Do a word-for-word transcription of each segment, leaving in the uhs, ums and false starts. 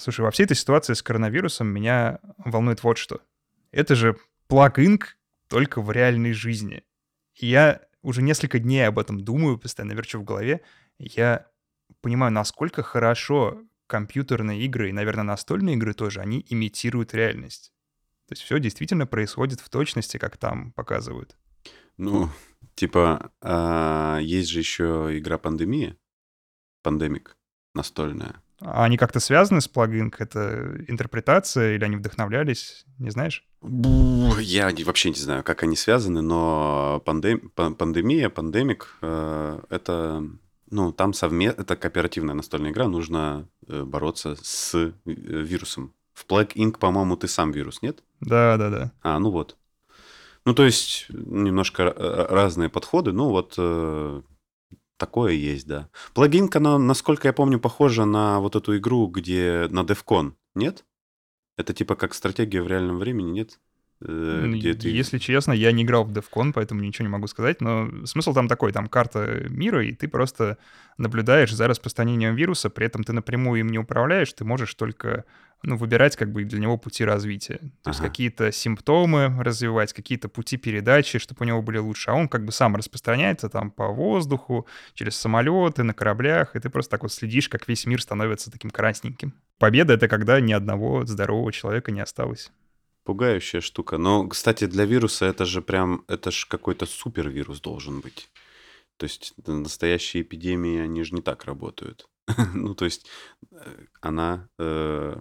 Слушай, во всей этой ситуации с коронавирусом меня волнует вот что. Это же Plug Inc только в реальной жизни. И я уже несколько дней об этом думаю, постоянно верчу в голове. Я понимаю, насколько хорошо компьютерные игры и, наверное, настольные игры тоже, они имитируют реальность. То есть все действительно происходит в точности, как там показывают. Ну, типа, а, есть же еще игра «Пандемия», «Пандемик», настольная. А они как-то связаны с Plug Inc? Это интерпретация или они вдохновлялись? Не знаешь? Бу, Я не- вообще не знаю, как они связаны, но пандем- пан- «Пандемия», «Пандемик» э, — это, ну, там совместно, это кооперативная настольная игра, нужно э, бороться с э, вирусом. В Plague Inc, по-моему, ты сам вирус, нет? Да-да-да. А, ну вот. Ну, то есть, немножко э, разные подходы, ну, вот э, такое есть, да. Плагинка, она, насколько я помню, похожа на вот эту игру, где на Девкон, нет? Это типа как стратегия в реальном времени, нет? Э, М, Где ты... Если честно, я не играл в DevCon, поэтому ничего не могу сказать, но смысл там такой, там карта мира, и ты просто наблюдаешь за распространением вируса, при этом ты напрямую им не управляешь, ты можешь только, ну, выбирать как бы для него пути развития. То есть Ага. какие-то симптомы развивать, какие-то пути передачи, чтобы у него были лучше, а он как бы сам распространяется там по воздуху, через самолеты, на кораблях, и ты просто так вот следишь, как весь мир становится таким красненьким. Победа — это когда ни одного здорового человека не осталось. Пугающая штука. Но, кстати, для вируса это же прям, это же какой-то супервирус должен быть. То есть н- настоящие эпидемии, они же не так работают. Ну, то есть э, она э,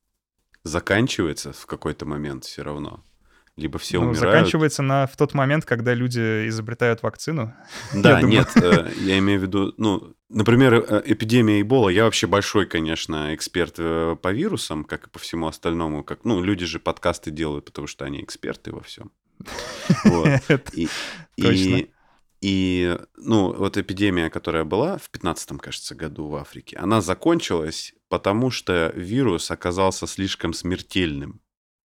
заканчивается в какой-то момент все равно. Либо все Ну, умирают. заканчивается на, в тот момент, когда люди изобретают вакцину, я Да, думаю. нет, э, я имею в виду, ну, например, э, эпидемия Эбола. Я вообще большой, конечно, эксперт э, по вирусам, как и по всему остальному. Как, ну, люди же подкасты делают, потому что они эксперты во всем. Вот. Это И, точно. и, и, ну, вот эпидемия, которая была в пятнадцатом, кажется, году в Африке, она закончилась, потому что вирус оказался слишком смертельным.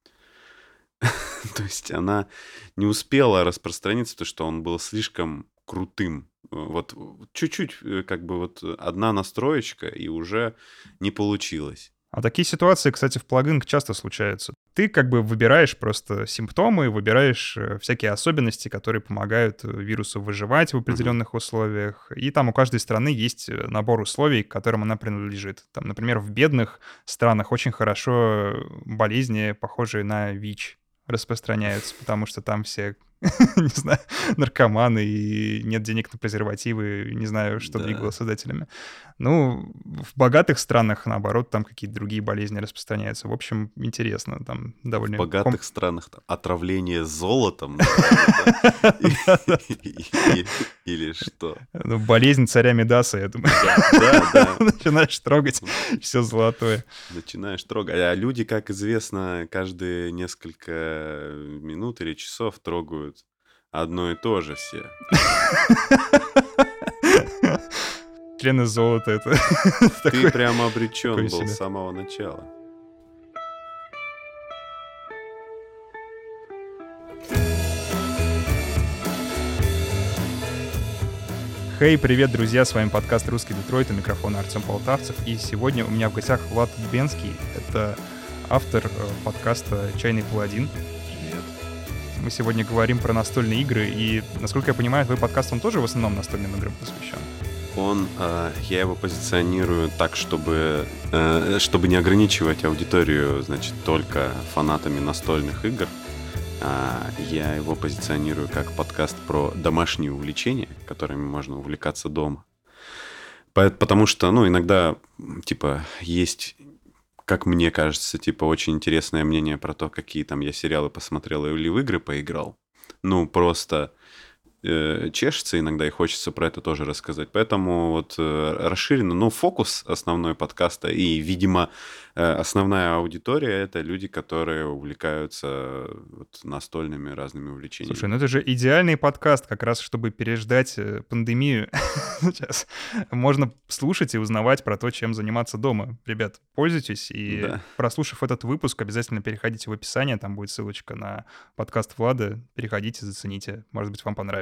То есть она не успела распространиться, то что он был слишком крутым. Э, Вот чуть-чуть, э, как бы вот одна настроечка, и уже не получилось. А такие ситуации, кстати, в плагинах часто случаются. Ты как бы выбираешь просто симптомы, выбираешь э, всякие особенности, которые помогают э, вирусу выживать в Мгм. определенных условиях. И там у каждой страны есть э, набор условий, к которым она принадлежит. Там, например, в бедных странах очень хорошо э, болезни, похожие на ВИЧ, распространяются, потому что там все, не знаю, наркоманы и нет денег на презервативы, не знаю, что двигало Да. создателями. Ну, в богатых странах, наоборот, там какие-то другие болезни распространяются. В общем, интересно, там В довольно ком... богатых странах там отравление золотом, например, да? И- Да-да. и- Или что? Ну, болезнь царя Мидаса, я думаю. Да, да, да. Начинаешь трогать все золотое. Начинаешь трогать. А люди, как известно, каждые несколько минут или часов трогают одно и то же все. Члены золота — это Ты такое, прямо такое обречен был с себе. самого начала. Хей, привет, друзья, с вами подкаст «Русский Детройт», у микрофона Артем Полтавцев, и сегодня у меня в гостях Влад Дубенский, это автор э, подкаста «Чайный паладин». Привет. Мы сегодня говорим про настольные игры, и, насколько я понимаю, твой подкаст, он тоже в основном настольным играм посвящен. Он, э, я его позиционирую так, чтобы, э, чтобы не ограничивать аудиторию, значит, только фанатами настольных игр. А, Я его позиционирую как подкаст про домашние увлечения, которыми можно увлекаться дома. По- Потому что, ну, иногда, м, типа, есть, как мне кажется, типа, очень интересное мнение про то, какие там я сериалы посмотрел или в игры поиграл. Ну, просто э, чешется иногда, и хочется про это тоже рассказать. Поэтому вот э, расширенно, ну, фокус основной подкаста и, видимо, э, основная аудитория — это люди, которые увлекаются э, вот, настольными разными Слушай, увлечениями. ну это же идеальный подкаст, как раз чтобы переждать э, пандемию сейчас. Можно слушать и узнавать про то, чем заниматься дома. Ребят, пользуйтесь, и Да. прослушав этот выпуск, обязательно переходите в описание, там будет ссылочка на подкаст Влада. Переходите, зацените, может быть, вам понравится.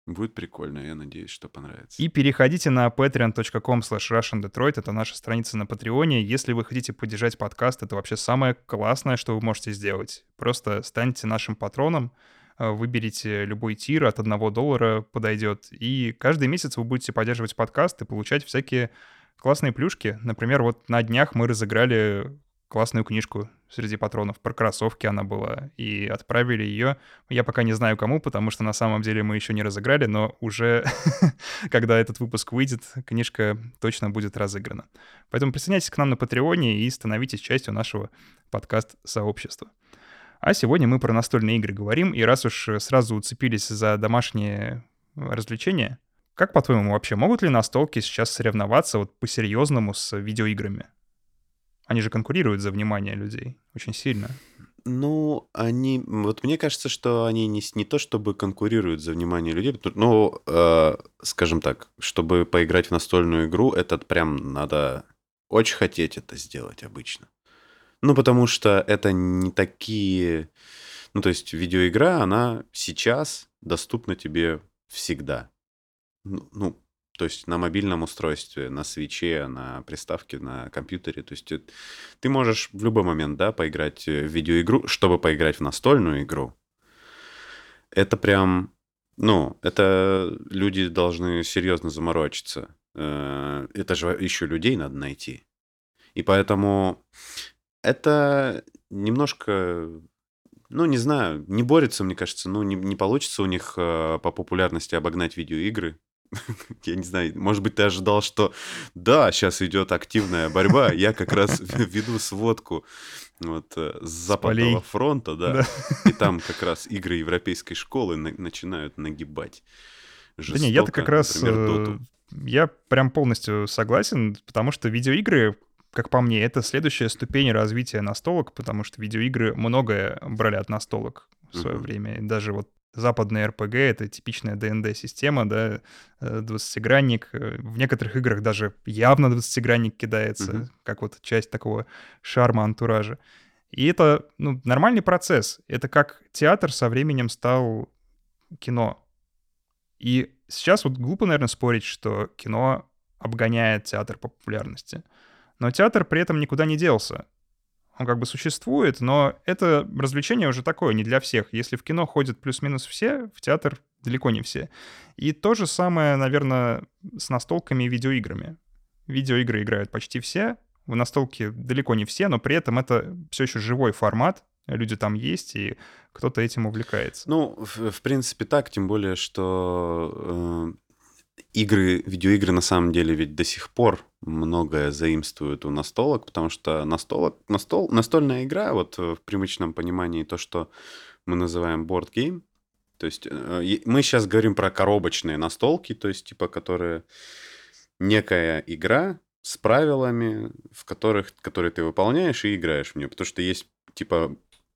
Будет прикольно, я надеюсь, что понравится. И переходите на patreon.com slash russiandetroit, это наша страница на Патреоне. Если вы хотите поддержать подкаст, это вообще самое классное, что вы можете сделать. Просто станьте нашим патроном, выберите любой тир, от одного доллара подойдет, и каждый месяц вы будете поддерживать подкаст и получать всякие классные плюшки. Например, вот на днях мы разыграли классную книжку среди патронов. Про кроссовки она была. И отправили ее. Я пока не знаю кому, потому что на самом деле мы еще не разыграли, но уже, когда этот выпуск выйдет, книжка точно будет разыграна. Поэтому присоединяйтесь к нам на Патреоне и становитесь частью нашего подкаст-сообщества. А сегодня мы про настольные игры говорим, и раз уж сразу уцепились за домашние развлечения, как, по-твоему, вообще могут ли настолки сейчас соревноваться вот по-серьезному с видеоиграми? Они же конкурируют за внимание людей очень сильно. Ну, они... Вот мне кажется, что они не, не то чтобы конкурируют за внимание людей, но, э, скажем так, чтобы поиграть в настольную игру, это прям надо очень хотеть это сделать обычно. Ну, потому что это не такие... Ну, то есть видеоигра, она сейчас доступна тебе всегда. Ну, ну, то есть на мобильном устройстве, на свитче, на приставке, на компьютере. То есть ты можешь в любой момент, да, поиграть в видеоигру, чтобы поиграть в настольную игру. Это прям, ну, это люди должны серьезно заморочиться. Это же еще людей надо найти. И поэтому это немножко... Ну, не знаю, не борется, мне кажется, ну, не, не получится у них э, по популярности обогнать видеоигры. Я не знаю, может быть, ты ожидал, что да, сейчас идет активная борьба, я как раз веду сводку вот, с Западного фронта, да, да, и там как раз игры европейской школы на- начинают нагибать жестоко, да не, я-то как раз, например, Доту. Я прям полностью согласен, потому что видеоигры, как по мне, это следующая ступень развития настолок, потому что видеоигры многое брали от настолок в свое uh-huh. время. И даже вот западные эр пи джи — это типичная ди энд ди-система, да, двадцатигранник. В некоторых играх даже явно двадцатигранник кидается, uh-huh. как вот часть такого шарма, антуража. И это, ну, нормальный процесс. Это как театр со временем стал кино. И сейчас вот глупо, наверное, спорить, что кино обгоняет театр по популярности. Но театр при этом никуда не делся. Он как бы существует, но это развлечение уже такое, не для всех. Если в кино ходят плюс-минус все, в театр далеко не все. И то же самое, наверное, с настолками и видеоиграми. Видеоигры играют почти все, в настолки далеко не все, но при этом это все еще живой формат, люди там есть, и кто-то этим увлекается. Ну, в, в принципе, так, тем более, что э, игры, видеоигры на самом деле ведь до сих пор многое заимствуют у настолок, потому что настолок, настол, настольная игра, вот в привычном понимании то, что мы называем board game, то есть э, мы сейчас говорим про коробочные настолки, то есть типа, которые некая игра с правилами, в которых, которые ты выполняешь и играешь в нее, потому что есть типа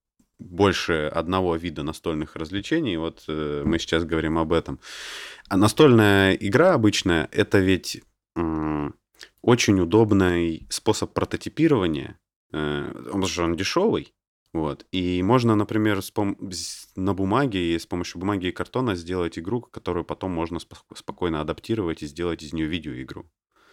больше одного вида настольных развлечений. Вот э, мы сейчас говорим об этом. А настольная игра обычная — это ведь э, очень удобный способ прототипирования. Э, он же он дешевый. Вот. И можно, например, с пом- на бумаге и с помощью бумаги и картона сделать игру, которую потом можно спо- спокойно адаптировать и сделать из нее видеоигру.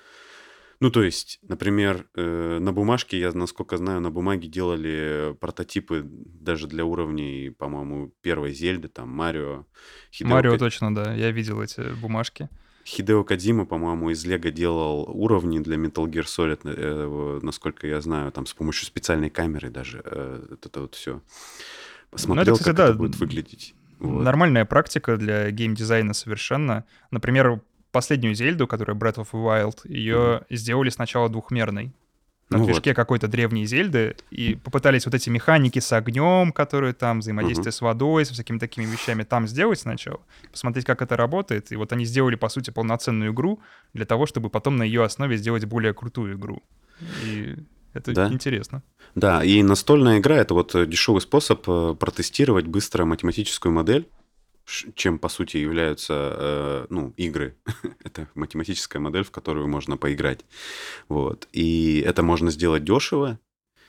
Ну, то есть, например, э, на бумажке, я, насколько знаю, на бумаге делали прототипы даже для уровней, по-моему, первой Зельды, там, Марио. Хидео Марио Ка... точно, да, я видел эти бумажки. Хидео Кодзима, по-моему, из Лего делал уровни для Metal Gear Solid, э, насколько я знаю, там, с помощью специальной камеры даже. Э, это вот все. Посмотрел, это, кстати, как да, это будет выглядеть. Вот. Нормальная практика для геймдизайна совершенно. Например, последнюю Зельду, которая Breath of the Wild, ее mm-hmm. сделали сначала двухмерной. На ну движке вот. Какой-то древней Зельды, и попытались вот эти механики с огнем, которые там, взаимодействие mm-hmm. с водой, со всякими такими вещами там сделать сначала, посмотреть, как это работает. И вот они сделали, по сути, полноценную игру для того, чтобы потом на ее основе сделать более крутую игру. И это да. интересно. Да, и настольная игра — это вот дешевый способ протестировать быстро математическую модель, чем, по сути, являются э, ну, игры. Это математическая модель, в которую можно поиграть. Вот. И это можно сделать дешево.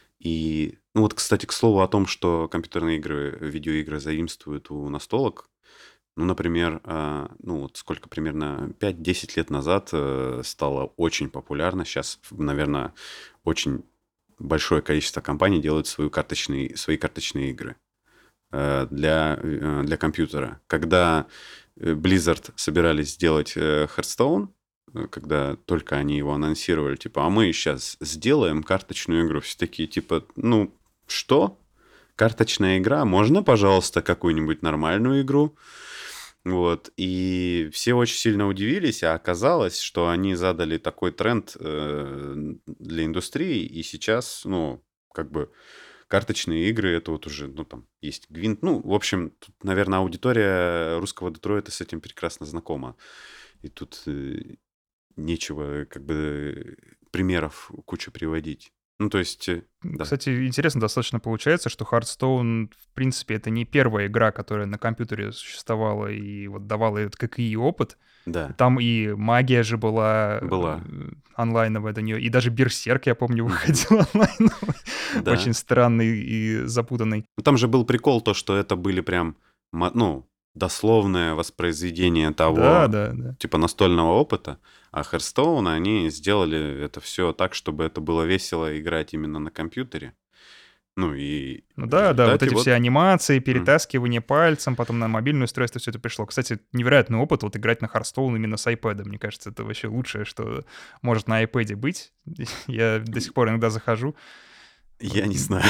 И, ну вот, кстати, к слову о том, что компьютерные игры, видеоигры заимствуют у настолок. Ну, например, ну вот сколько примерно пять-десять лет назад стало очень популярно. Сейчас, наверное, очень большое количество компаний делают свои карточные, свои карточные игры для, для компьютера. Когда Blizzard собирались сделать Hearthstone, когда только они его анонсировали, типа, а мы сейчас сделаем карточную игру. Все такие, типа, ну, что? Карточная игра? Можно, пожалуйста, какую-нибудь нормальную игру? Вот. И все очень сильно удивились, а оказалось, что они задали такой тренд для индустрии, и сейчас, ну, как бы карточные игры, это вот уже, ну, там, есть Гвинт. Ну, в общем, тут, наверное, аудитория русского Детройта с этим прекрасно знакома. И тут нечего, как бы, примеров кучу приводить. Ну, то есть, да. Кстати, интересно достаточно получается, что Hearthstone, в принципе, это не первая игра, которая на компьютере существовала и вот давала этот ка ка и-опыт. Да. Там и магия же была, была. онлайновая до нее, и даже Берсерк, я помню, выходил онлайновый. Да. Очень странный и запутанный. Ну, там же был прикол то, что это были прям, ну, дословное воспроизведение того, да, да, да. типа, настольного опыта. А Hearthstone, они сделали это все так, чтобы это было весело играть именно на компьютере. Ну и... Ну да, да, вот эти вот... все анимации, перетаскивание mm. пальцем, потом на мобильное устройство все это пришло. Кстати, невероятный опыт вот играть на Hearthstone именно с iPad. Мне кажется, это вообще лучшее, что может на iPad быть. Я до сих пор иногда захожу. Я не знаю.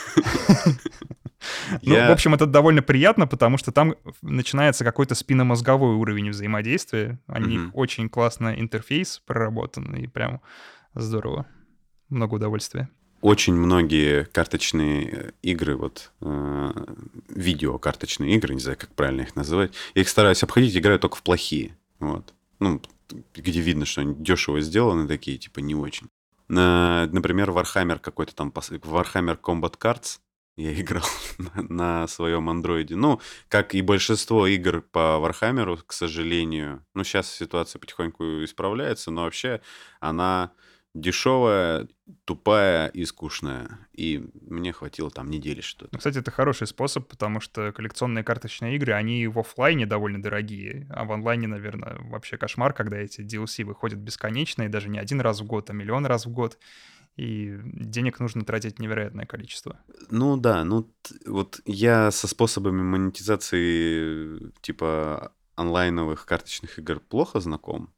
Ну, в общем, это довольно приятно, потому что там начинается какой-то спинномозговой уровень взаимодействия. У них очень классно интерфейс проработан, и прям здорово. Много удовольствия. Очень многие карточные игры, вот э, видеокарточные игры, не знаю, как правильно их называть, я их стараюсь обходить, играю только в плохие. Вот. Ну, где видно, что они дешево сделаны, такие, типа, не очень. Э, например, Warhammer какой-то там, Warhammer Combat Cards я играл на, на своем андроиде. Ну, как и большинство игр по Warhammer, к сожалению. Ну, сейчас ситуация потихоньку исправляется, но вообще она дешевая, тупая и скучная. И мне хватило там недели что-то. Кстати, это хороший способ, потому что коллекционные карточные игры, они в офлайне довольно дорогие, а в онлайне, наверное, вообще кошмар, когда эти ди эл си выходят бесконечно, и даже не один раз в год, а миллион раз в год. И денег нужно тратить невероятное количество. Ну да, ну вот я со способами монетизации типа онлайновых карточных игр плохо знаком,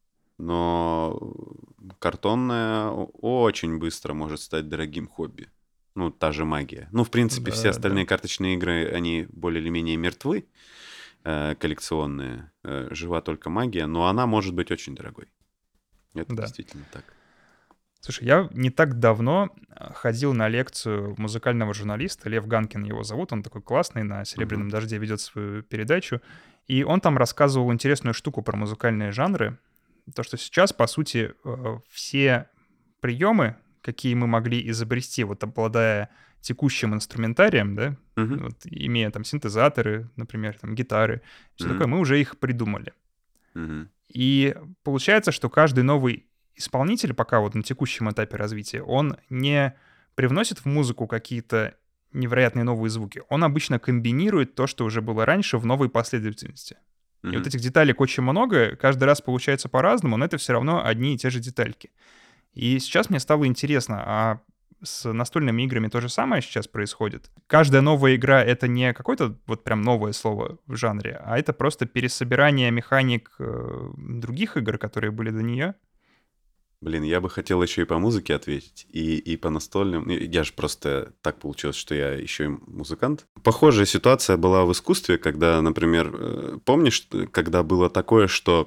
но картонная очень быстро может стать дорогим хобби. Ну, та же магия. Ну, в принципе, да, все остальные да. карточные игры, они более или менее мертвы, э, коллекционные. Э, жива только магия, но она может быть очень дорогой. Это да. действительно так. Слушай, я не так давно ходил на лекцию музыкального журналиста, Лев Ганкин его зовут, он такой классный, на «Серебряном uh-huh. дожде» ведет свою передачу, и он там рассказывал интересную штуку про музыкальные жанры, то, что сейчас, по сути, все приемы, какие мы могли изобрести, вот обладая текущим инструментарием, да, uh-huh. вот, имея там синтезаторы, например, там гитары, все uh-huh. такое, мы уже их придумали. Uh-huh. И получается, что каждый новый исполнитель пока вот на текущем этапе развития, он не привносит в музыку какие-то невероятные новые звуки. Он обычно комбинирует то, что уже было раньше, в новой последовательности. Mm-hmm. И вот этих деталек очень много, каждый раз получается по-разному, но это все равно одни и те же детальки. И сейчас мне стало интересно, а с настольными играми то же самое сейчас происходит? Каждая новая игра — это не какое-то вот прям новое слово в жанре, а это просто пересобирание механик э, других игр, которые были до нее? Блин, я бы хотел еще и по музыке ответить, и, и по настольным. Я же просто так получилось, что я еще и музыкант. Похожая ситуация была в искусстве, когда, например, помнишь, когда было такое, что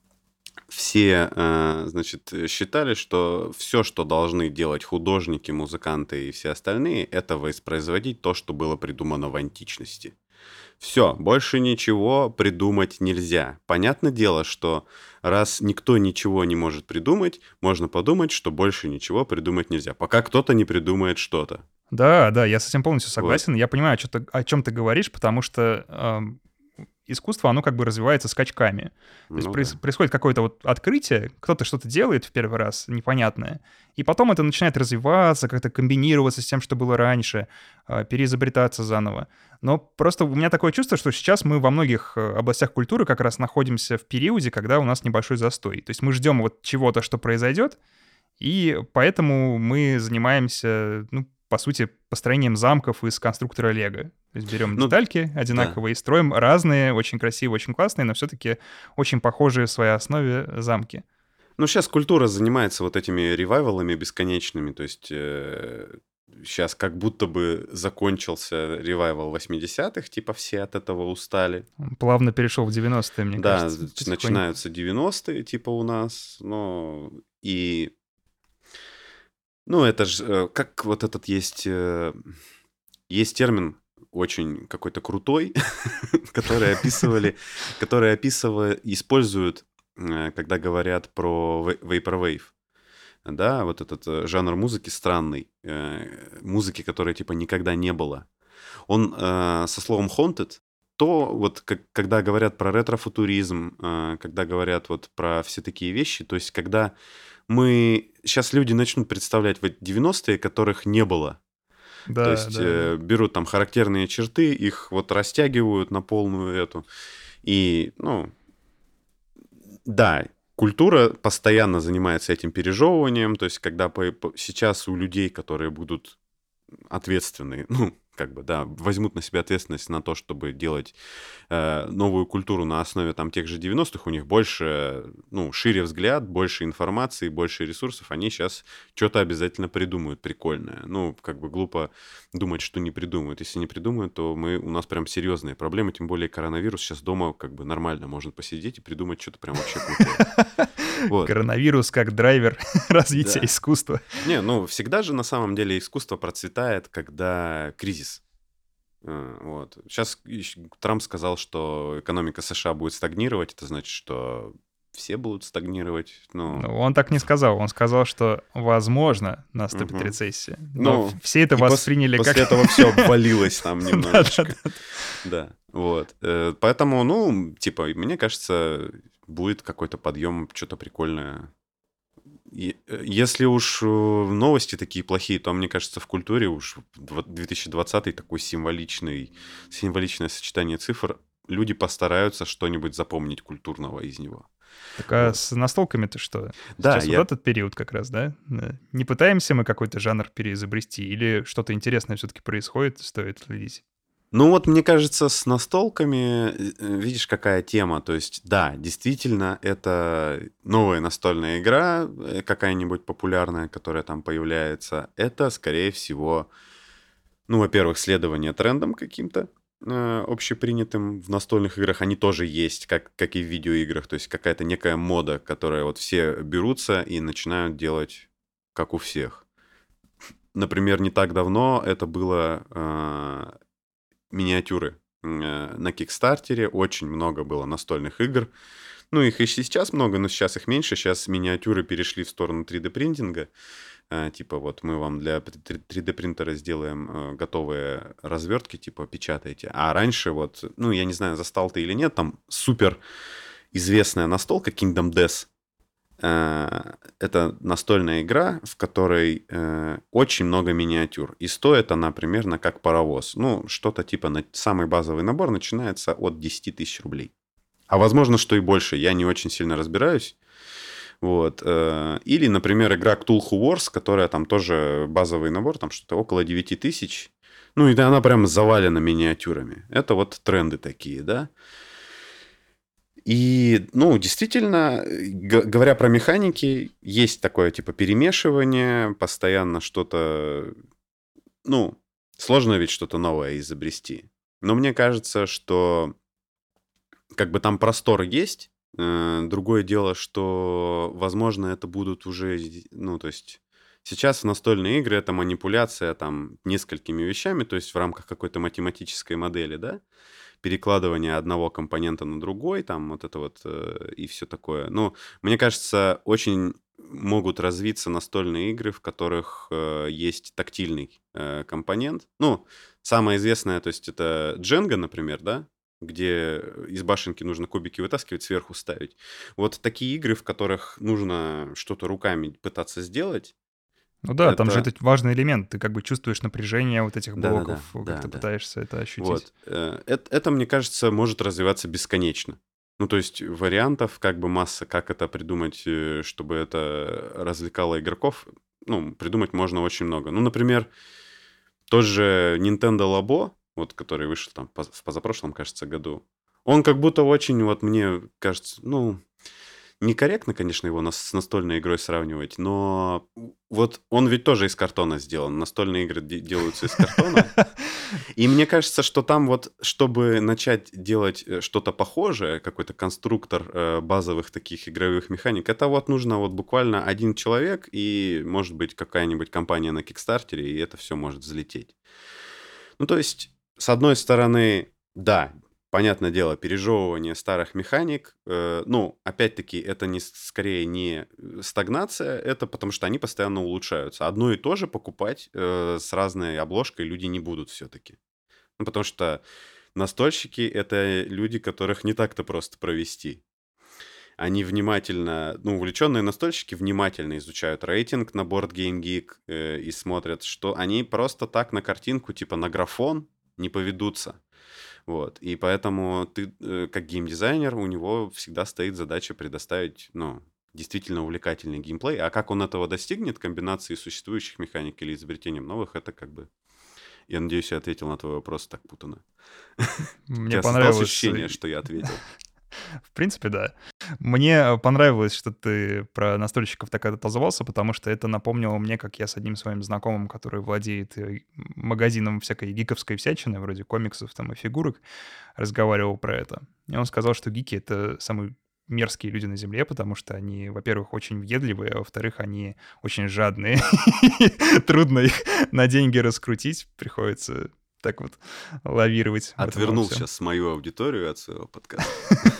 все, значит, считали, что все, что должны делать художники, музыканты и все остальные, это воспроизводить то, что было придумано в античности. Все, больше ничего придумать нельзя. Понятное дело, что раз никто ничего не может придумать, можно подумать, что больше ничего придумать нельзя, пока кто-то не придумает что-то. Да, да, я с этим полностью согласен. Вот. Я понимаю, о, ты, о чем ты говоришь, потому что э, искусство, оно как бы развивается скачками. То есть Ну проис- да. происходит какое-то вот открытие, кто-то что-то делает в первый раз непонятное, и потом это начинает развиваться, как-то комбинироваться с тем, что было раньше, а, переизобретаться заново. Но просто у меня такое чувство, что сейчас мы во многих э, областях культуры как раз находимся в периоде, когда у нас небольшой застой. То есть мы ждем вот чего-то, что произойдет, и поэтому мы занимаемся, ну, по сути, построением замков из конструктора Лего. То есть берем Ну, детальки да. одинаковые и строим разные, очень красивые, очень классные, но все-таки очень похожие в своей основе замки. Ну, сейчас культура занимается вот этими ревайвалами бесконечными, то есть э, сейчас как будто бы закончился ревайвал восьмидесятых, типа все от этого устали. Он плавно перешел в девяностые, мне Да, кажется, з- потихоньку. начинаются девяностые, типа у нас, но и... Ну, это же, как вот этот есть... э, Есть термин очень какой-то крутой, который описывали, который описывают, используют, э, когда говорят про вей- Vaporwave. Да, вот этот э, жанр музыки странный, э, музыки, которой типа никогда не было. Он э, со словом haunted, то вот как- когда говорят про ретро-футуризм, э, когда говорят вот про все такие вещи, то есть когда мы... Сейчас люди начнут представлять вот девяностые, которых не было. То Да, есть да, да. э, берут там характерные черты, их вот растягивают на полную эту. И, ну, да, культура постоянно занимается этим пережевыванием. То есть когда по- по- сейчас у людей, которые будут ответственные, ну, как бы, да, возьмут на себя ответственность на то, чтобы делать э, новую культуру на основе там тех же девяностых, у них больше, ну, шире взгляд, больше информации, больше ресурсов, они сейчас что-то обязательно придумают прикольное. Ну, как бы глупо думать, что не придумают. Если не придумают, то мы, у нас прям серьезные проблемы, тем более коронавирус, сейчас дома как бы нормально можно посидеть и придумать что-то прям вообще крутое. Вот. Коронавирус как драйвер развития Да. искусства. Не, ну всегда же на самом деле искусство процветает, когда кризис. Э, Вот. Сейчас Трамп сказал, что экономика США будет стагнировать. Это значит, что все будут стагнировать. Ну, Ну, он так не сказал. Он сказал, что, возможно, наступит Мгм. рецессия. Но ну, в- все это и пос- восприняли после как... этого все обвалилось там Да, немножечко. да, да. Да, вот. Э, Поэтому, ну, типа, мне кажется, будет какой-то подъем, что-то прикольное. И, э, Если уж э, новости такие плохие, то, мне кажется, в культуре уж дв- две тысячи двадцатый такой символичный, символичное сочетание цифр. Люди постараются что-нибудь запомнить культурного из него. Так а Вот. с настолками-то что? Да, Сейчас вот я... этот период как раз, да? Да. Не пытаемся мы какой-то жанр переизобрести? Или что-то интересное все-таки происходит, стоит следить? Ну вот, мне кажется, с настолками, э, э, видишь, какая тема. То есть, да, действительно, это новая настольная игра, э, какая-нибудь популярная, которая там появляется. Это, скорее всего, ну, во-первых, следование трендам каким-то э, общепринятым в настольных играх. Они тоже есть, как, как и в видеоиграх. То есть какая-то некая мода, которая вот все берутся и начинают делать как у всех. Например, не так давно это было э, миниатюры. Э, На Кикстартере очень много было настольных игр. Ну, их и сейчас много, но сейчас их меньше. Сейчас миниатюры перешли в сторону три дэ-принтинга. Э, Типа вот мы вам для три дэ-принтера сделаем э, готовые развертки, типа печатайте. А раньше вот, ну, я не знаю, застал ты или нет, там супер известная настолка Kingdom Death. Э, Это настольная игра, в которой э, очень много миниатюр. И стоит она примерно как паровоз. Ну, что-то типа на самый базовый набор начинается от десять тысяч рублей. А возможно, что и больше. Я не очень сильно разбираюсь. Вот. э, Или, например, игра Cthulhu Wars, которая там тоже базовый набор, там что-то около девять тысяч. Ну, и да, она прям завалена миниатюрами. Это вот тренды такие, да. И, ну, действительно, г- говоря про механики, есть такое, типа, перемешивание, постоянно что-то... Ну, сложно ведь что-то новое изобрести. Но мне кажется, что как бы там простор есть. Э, Другое дело, что, возможно, это будут уже... Ну, то есть... Сейчас в настольные игры это манипуляция там несколькими вещами, то есть в рамках какой-то математической модели, да, перекладывание одного компонента на другой, там вот это вот э, и все такое. Ну, мне кажется, очень могут развиться настольные игры, в которых э, есть тактильный э, компонент. Ну, самое известное, то есть это Дженга, например, да, где из башенки нужно кубики вытаскивать, сверху ставить. Вот такие игры, в которых нужно что-то руками пытаться сделать, Ну да, там же это... это важный элемент. Ты как бы чувствуешь напряжение вот этих Да-да-да, блоков, как ты да-да. пытаешься это ощутить. Вот. Э, Это, это, мне кажется, может развиваться бесконечно. Ну, то есть вариантов как бы масса, как это придумать, э, чтобы это развлекало игроков, ну, придумать можно очень много. Ну, например, тот же Nintendo Labo, вот, который вышел там поз- в позапрошлом, кажется, году, он как будто очень, вот мне кажется, ну, некорректно, конечно, его нас- с настольной игрой сравнивать, но вот он ведь тоже из картона сделан. Настольные игры де- делаются из картона. И мне кажется, что там вот, чтобы начать делать э, что-то похожее, какой-то конструктор э, базовых таких игровых механик, это вот нужно вот буквально один человек и, может быть, какая-нибудь компания на Кикстартере, и это все может взлететь. Ну, то есть, с одной стороны, да, понятное дело, пережевывание старых механик, э, ну, опять-таки, это не, с- скорее не э, стагнация, это потому что они постоянно улучшаются. Одно и то же покупать э, с разной обложкой люди не будут все-таки. Ну, потому что настольщики — это люди, которых не так-то просто провести. Они внимательно, ну, увлеченные настольщики внимательно изучают рейтинг на Board Game Geek э, и смотрят, что они просто так на картинку, типа на графон, не поведутся. Вот. И поэтому ты, э, как геймдизайнер, у него всегда стоит задача предоставить, ну, действительно увлекательный геймплей. А как он этого достигнет, комбинацией существующих механик или изобретением новых, это как бы... Я надеюсь, я ответил на твой вопрос так путано. У Мне тебя создалось понравилось... ощущение, э, что я ответил? В принципе, да. Мне понравилось, что ты про настольщиков так отозвался, потому что это напомнило мне, как я с одним своим знакомым, который владеет э, магазином всякой гиковской всячины, вроде комиксов там и фигурок, разговаривал про это. И он сказал, что гики — это самые мерзкие люди на Земле, потому что они, во-первых, очень въедливые, а во-вторых, они очень жадные. Трудно их на деньги раскрутить, приходится так вот лавировать в этом во Отвернул всем. сейчас мою аудиторию от своего подкаста.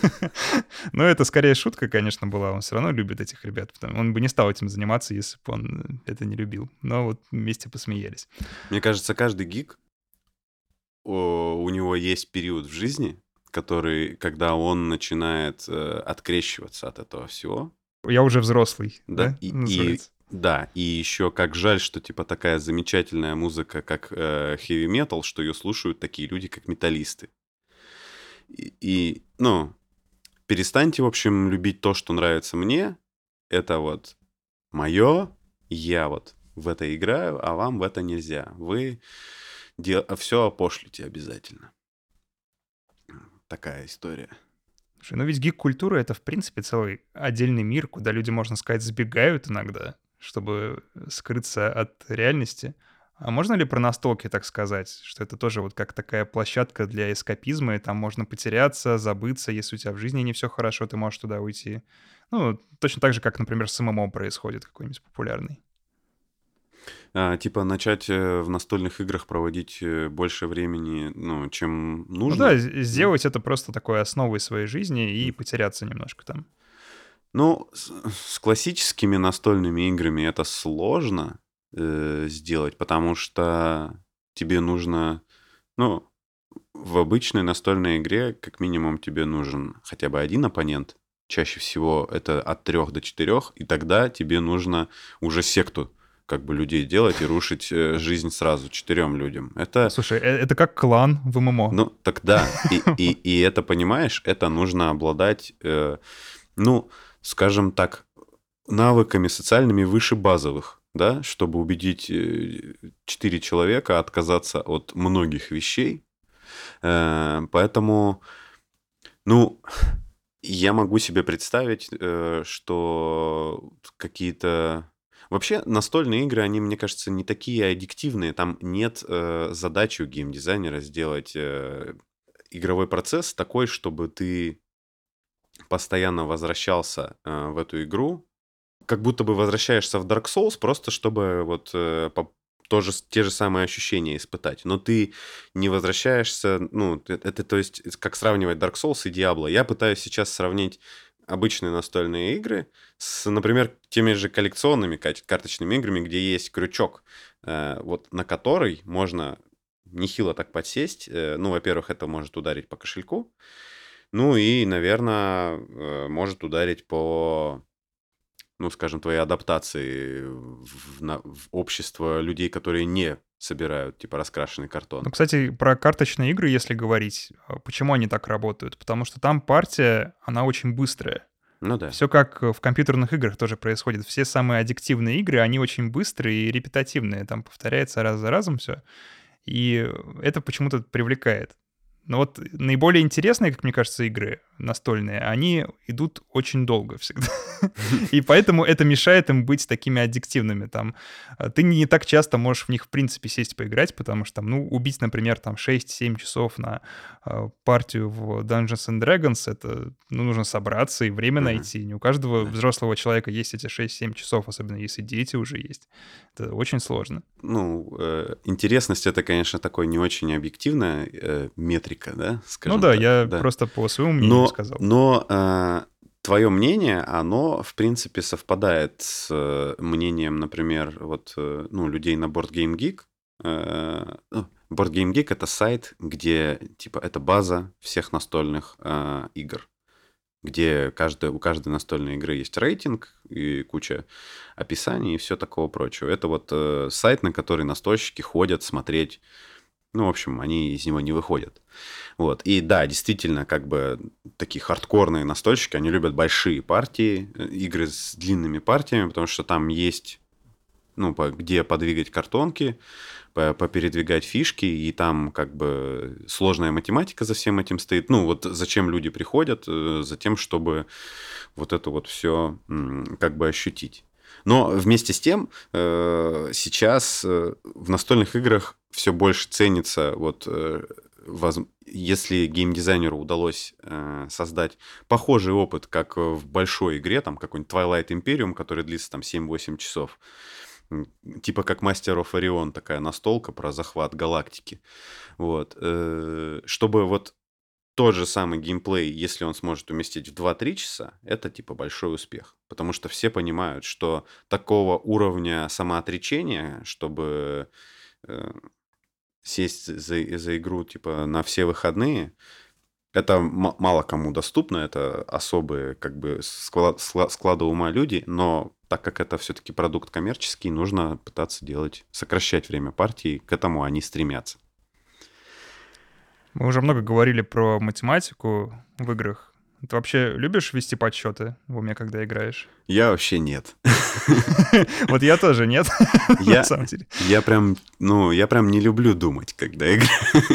Ну, это скорее шутка, конечно, была. Он все равно любит этих ребят. Потому... Он бы не стал этим заниматься, если бы он это не любил. Но вот вместе посмеялись. Мне кажется, каждый гик, о, у него есть период в жизни, который, когда он начинает э, открещиваться от этого всего. Я уже взрослый, Да, да, и, и называется? да, и еще как жаль, что типа такая замечательная музыка, как heavy metal, что ее слушают такие люди, как металлисты. И, и, ну, перестаньте, в общем, любить то, что нравится мне. Это вот мое, я вот в это играю, а вам в это нельзя. Вы де- все опошлите обязательно. Такая история. Слушай, ну ведь гик-культура — это, в принципе, целый отдельный мир, куда люди, можно сказать, сбегают иногда, чтобы скрыться от реальности. А можно ли про настолки так сказать, что это тоже вот как такая площадка для эскапизма, и там можно потеряться, забыться, если у тебя в жизни не все хорошо, ты можешь туда уйти. Ну, точно так же, как, например, с ММО происходит какой-нибудь популярный. А, типа начать э, в настольных играх проводить э, больше времени, ну, чем Ну да, нужно. з- Да? сделать это просто такой основой своей жизни и М. потеряться немножко там. Ну, с, с классическими настольными играми это сложно э, сделать, потому что тебе нужно, ну, в обычной настольной игре как минимум тебе нужен хотя бы один оппонент. Чаще всего это от трех до четырех, и тогда тебе нужно уже секту как бы людей делать и рушить э, жизнь сразу четырем людям. Это, Слушай, э- это как клан в ММО. ну, тогда, и, и, и это, понимаешь, это нужно обладать, э, ну, скажем так, навыками социальными выше базовых, да, чтобы убедить э, четыре человека отказаться от многих вещей. Э, Поэтому, ну, я могу себе представить, э, что какие-то... Вообще, настольные игры, они, мне кажется, не такие аддиктивные. Там нет э, задачи у геймдизайнера сделать э, игровой процесс такой, чтобы ты постоянно возвращался э, в эту игру, как будто бы возвращаешься в Dark Souls, просто чтобы вот э, по- тоже, с- те же самые ощущения испытать. Но ты не возвращаешься, ну, т- это, то есть, это как сравнивать Dark Souls и Diablo. Я пытаюсь сейчас сравнить обычные настольные игры с, например, теми же коллекционными кать- карточными играми, где есть крючок, э, вот на который можно нехило так подсесть. Э, Ну, во-первых, это может ударить по кошельку. Ну и, наверное, э, может ударить по, ну, скажем, твоей адаптации в, на- в общество людей, которые не собирают, типа, раскрашенный картон. Ну, кстати, про карточные игры, если говорить, а, почему они так работают? Потому что там партия, она очень быстрая. Ну да. Все как в компьютерных играх тоже происходит. Все самые аддиктивные игры, они очень быстрые и репетативные. Там повторяется раз за разом все. И это почему-то привлекает. Но вот наиболее интересные, как мне кажется, игры настольные, они идут очень долго всегда. И поэтому это мешает им быть такими аддиктивными. Там, а, ты не так часто можешь в них, в принципе, сесть поиграть, потому что, там, ну, убить, например, там шесть-семь часов на а, партию в Dungeons and Dragons, это, ну, нужно собраться и время Мгм. найти. Не у каждого Да. взрослого человека есть эти шесть-семь часов, особенно если дети уже есть. Это очень сложно. Ну, э, интересность это, конечно, такой не очень объективная э, метрика, да, Ну скажем да, так, я да. просто по своему мнению Но, сказал. но твое мнение, оно, в принципе, совпадает с э, мнением, например, вот, э, ну, людей на Board Game Geek. Э, ну, Board Game Geek — это сайт, где, типа, это база всех настольных э, игр, где каждая, у каждой настольной игры есть рейтинг и куча описаний и все такого прочего. Это вот э, сайт, на который настольщики ходят смотреть. Ну, в общем, они из него не выходят. Вот. И да, действительно, как бы такие хардкорные настольщики, они любят большие партии, э, игры с длинными партиями, потому что там есть, ну, по- где подвигать картонки, по- попередвигать фишки, и там как бы сложная математика за всем этим стоит. Ну, вот зачем люди приходят? Э, За тем, чтобы вот это вот все как бы ощутить. Но вместе с тем э, сейчас э, в настольных играх все больше ценится, вот, э, воз- если геймдизайнеру удалось э, создать похожий опыт, как в большой игре, там какой-нибудь Twilight Imperium, который длится там семь-восемь часов, м, типа как Master of Orion, такая настолка про захват галактики. Вот. э, Чтобы вот тот же самый геймплей, если он сможет уместить в два-три часа, это типа большой успех. Потому что все понимают, что такого уровня самоотречения, чтобы э, сесть за, за игру типа на все выходные, это м- мало кому доступно, это особые как бы склад, сла- склада ума люди, но так как это все-таки продукт коммерческий, нужно пытаться делать, сокращать время партии, к этому они стремятся. Мы уже много говорили про математику в играх. Ты вообще любишь вести подсчеты в уме, когда играешь? Я вообще нет. Вот я тоже нет, на Я, самом деле. я прям, ну, я прям не люблю думать, когда играю.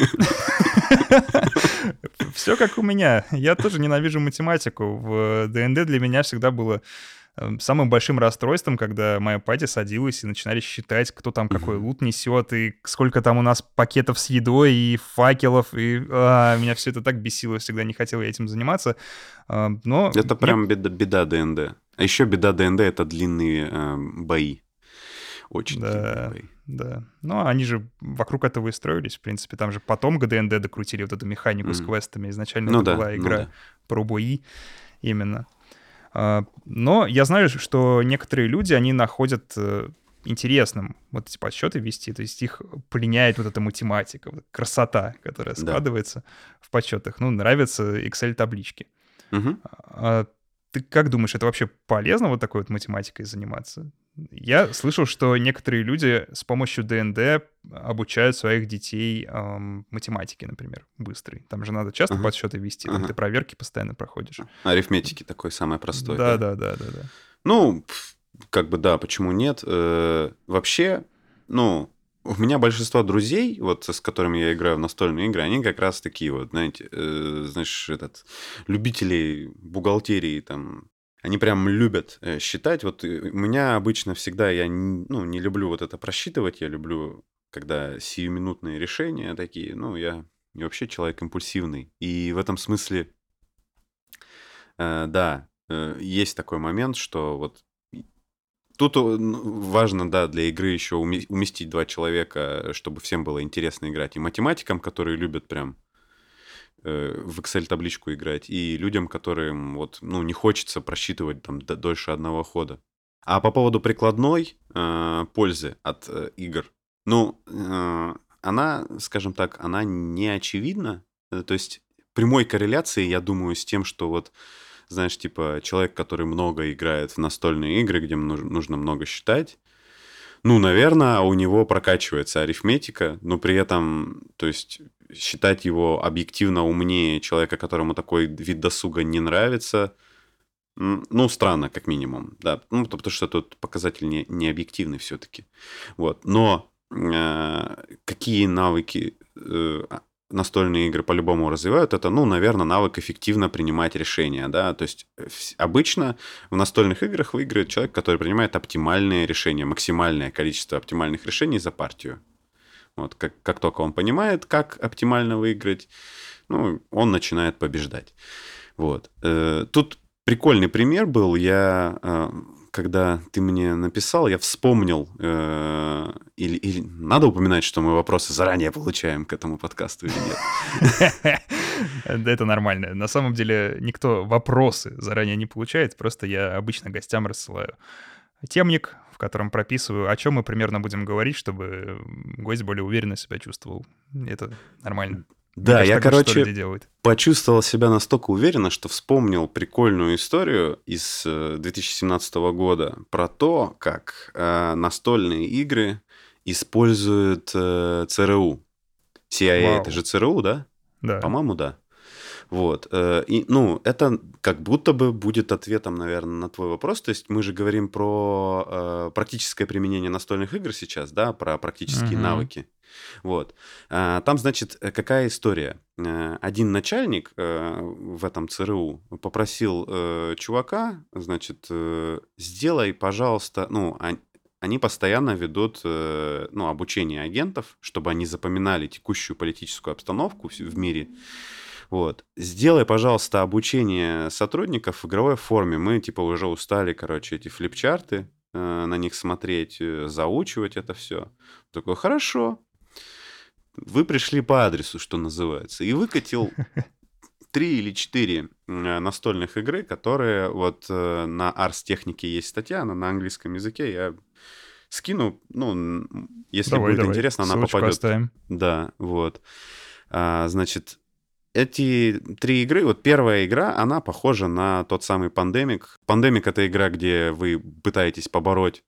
Все как у меня. Я тоже ненавижу математику. В ди энд ди для меня всегда было эм, самым большим расстройством, когда моя пати садилась и начинали считать, кто там какой Мгм. лут несет, и сколько там у нас пакетов с едой, и факелов, и а, меня все это так бесило, всегда не хотел я этим заниматься. А, Но Это мне... прям беда, беда ди энд ди. А еще беда ди энд ди — это длинные э, бои. Очень длинные Да, бои. да. Но они же вокруг этого и строились, в принципе. Там же потом ди энд ди докрутили вот эту механику с М. квестами. Изначально Ну это да, была ну игра да. про бои именно. А, Но я знаю, что некоторые люди, они находят э, интересным вот эти подсчеты вести, то есть их пленяет вот эта математика, вот красота, которая Да. складывается в подсчетах. Ну, нравятся Excel-таблички. Мгм. А ты как думаешь, это вообще полезно вот такой вот математикой заниматься? Я слышал, что некоторые люди с помощью ди энд ди обучают своих детей ам, математике, например, быстрой. Там же надо часто Ага. подсчеты вести, там ты Ага. проверки постоянно проходишь. Арифметики такой самый простой, Да, да? да, да, да, да. Ну, пф, как бы да, почему нет? Э, Вообще, ну, у меня большинство друзей, вот с которыми я играю в настольные игры, они как раз такие вот, знаете, э, знаешь, этот, любители бухгалтерии там, они прям любят э, считать. Вот э, у меня обычно всегда, я н- ну, не люблю вот это просчитывать, я люблю, когда сиюминутные решения такие, ну, я и вообще человек импульсивный. И в этом смысле, э, да, э, есть такой момент, что вот тут о, ну, важно, да, для игры еще уме- уместить два человека, чтобы всем было интересно играть. И математикам, которые любят прям э, в Excel-табличку играть, и людям, которым вот, ну, не хочется просчитывать там д- дольше одного хода. А по поводу прикладной э, пользы от э, игр, ну, э, она, скажем так, она не очевидна. Э, То есть прямой корреляции, я думаю, с тем, что вот, знаешь, типа человек, который много играет в настольные игры, где нуж- нужно много считать, ну, наверное, у него прокачивается арифметика, но при этом, то есть считать его объективно умнее человека, которому такой вид досуга не нравится, м, ну, странно, как минимум, да, ну, то- потому что тут показатель не, не объективный все-таки, вот, но э, какие навыки э, а, настольные игры по-любому развивают, это, ну, наверное, навык эффективно принимать решения, да, то есть э, вс- обычно в настольных играх выигрывает человек, который принимает оптимальные решения, максимальное количество оптимальных решений за партию. Вот, как, как только он понимает, как оптимально выиграть, ну, он начинает побеждать. Вот. Э, Тут прикольный пример был. Я, э, когда ты мне написал, я вспомнил, э, или, или надо упоминать, что мы вопросы заранее получаем к этому подкасту или нет? Да, это нормально. На самом деле никто вопросы заранее не получает, просто я обычно гостям рассылаю темник, в котором прописываю, о чем мы примерно будем говорить, чтобы гость более уверенно себя чувствовал. Это нормально. Мне Да, кажется, я, так большинство короче, людей делают. почувствовал себя настолько уверенно, что вспомнил прикольную историю из э, две тысячи семнадцатого года про то, как э, настольные игры используют э, ЦРУ. си ай эй это Вау. же ЦРУ, да? Да. По-моему, да. Вот. э, И, ну, это как будто бы будет ответом, наверное, на твой вопрос. То есть мы же говорим про э, практическое применение настольных игр сейчас, да, про практические Мгм. навыки. Вот. А, Там, значит, э, какая история? Э, Один начальник э, в этом ЦРУ попросил э, чувака, значит, э, сделай, пожалуйста, ну, ан- они постоянно ведут э, ну, обучение агентов, чтобы они запоминали текущую политическую обстановку в в мире. Вот. Сделай, пожалуйста, обучение сотрудников в игровой форме. Мы, типа, уже устали, короче, эти флипчарты, э, на них смотреть, э, заучивать это все. Такой, хорошо. Вы пришли по адресу, что называется, и выкатил три или четыре э, настольных игры, которые вот э, на Ars Технике есть статья, она на английском языке. Я скину, ну, н- если Давай, будет давай. интересно, она Ссылочку попадет. оставим. Да, вот. А, значит, эти три игры, вот первая игра, она похожа на тот самый Pandemic. Pandemic — это игра, где вы пытаетесь побороть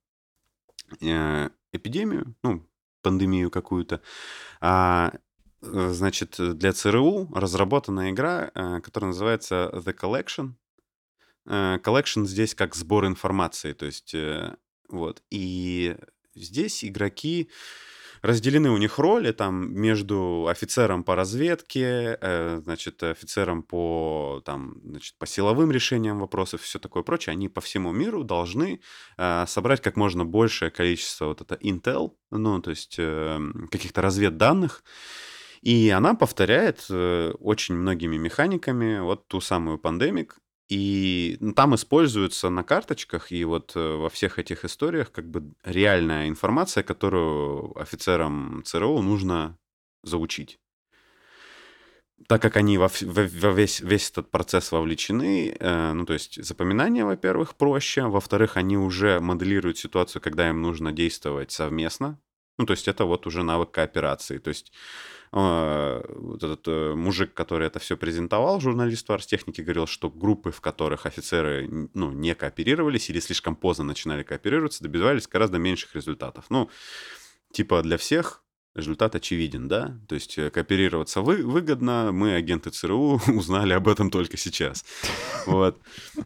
э, эпидемию, ну, пандемию какую-то. А, э, значит, для ЦРУ разработана игра, э, которая называется The Collection. Э, Collection здесь как сбор информации, то есть, э, вот. И здесь игроки разделены, у них роли там между офицером по разведке, э, значит, офицером по, там, значит, по силовым решениям вопросов и все такое прочее. Они по всему миру должны э, собрать как можно большее количество вот это intel, ну, то есть э, каких-то разведданных. И она повторяет э, очень многими механиками вот ту самую Pandemic. И ну, там используется на карточках и вот э, во всех этих историях как бы реальная информация, которую офицерам ЦРУ нужно заучить. Так как они во, вс- во- во весь, весь этот процесс вовлечены, э, ну, то есть запоминание, во-первых, проще, во-вторых, они уже моделируют ситуацию, когда им нужно действовать совместно. Ну, то есть это вот уже навык кооперации. То есть э, вот этот э, мужик, который это все презентовал, журналисту Арстехники, говорил, что группы, в которых офицеры н- ну, не кооперировались или слишком поздно начинали кооперироваться, добивались гораздо меньших результатов. Ну, типа для всех результат очевиден, да? То есть э, кооперироваться вы, выгодно, мы, агенты ЦРУ, узнали об этом только сейчас. Вот.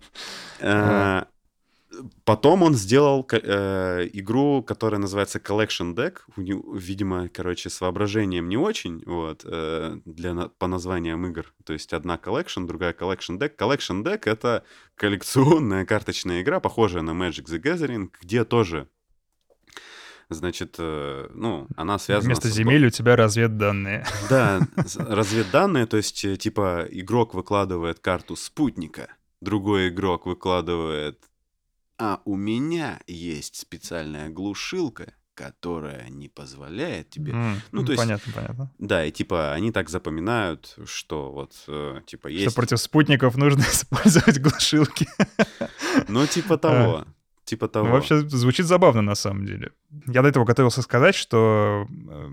А, Э, Потом он сделал ко- э, игру, которая называется Collection Deck. У него, видимо, короче, с воображением не очень, вот, э, для, на- по названиям игр. То есть одна Collection, другая Collection Deck. Collection Deck — это коллекционная карточная игра, похожая на Magic the Gathering, где тоже, значит, э, ну, она связана Вместо со сбором. земель у тебя разведданные. Да, с- разведданные, то есть, э, типа, игрок выкладывает карту спутника, другой игрок выкладывает: а у меня есть специальная глушилка, которая не позволяет тебе... М, Ну, то есть, Понятно, понятно. да, и типа они так запоминают, что вот, э, типа, Что есть... против спутников нужно использовать глушилки. Ну, типа А, того, типа Ну, того. вообще звучит забавно на самом деле. Я до этого готовился сказать, что э,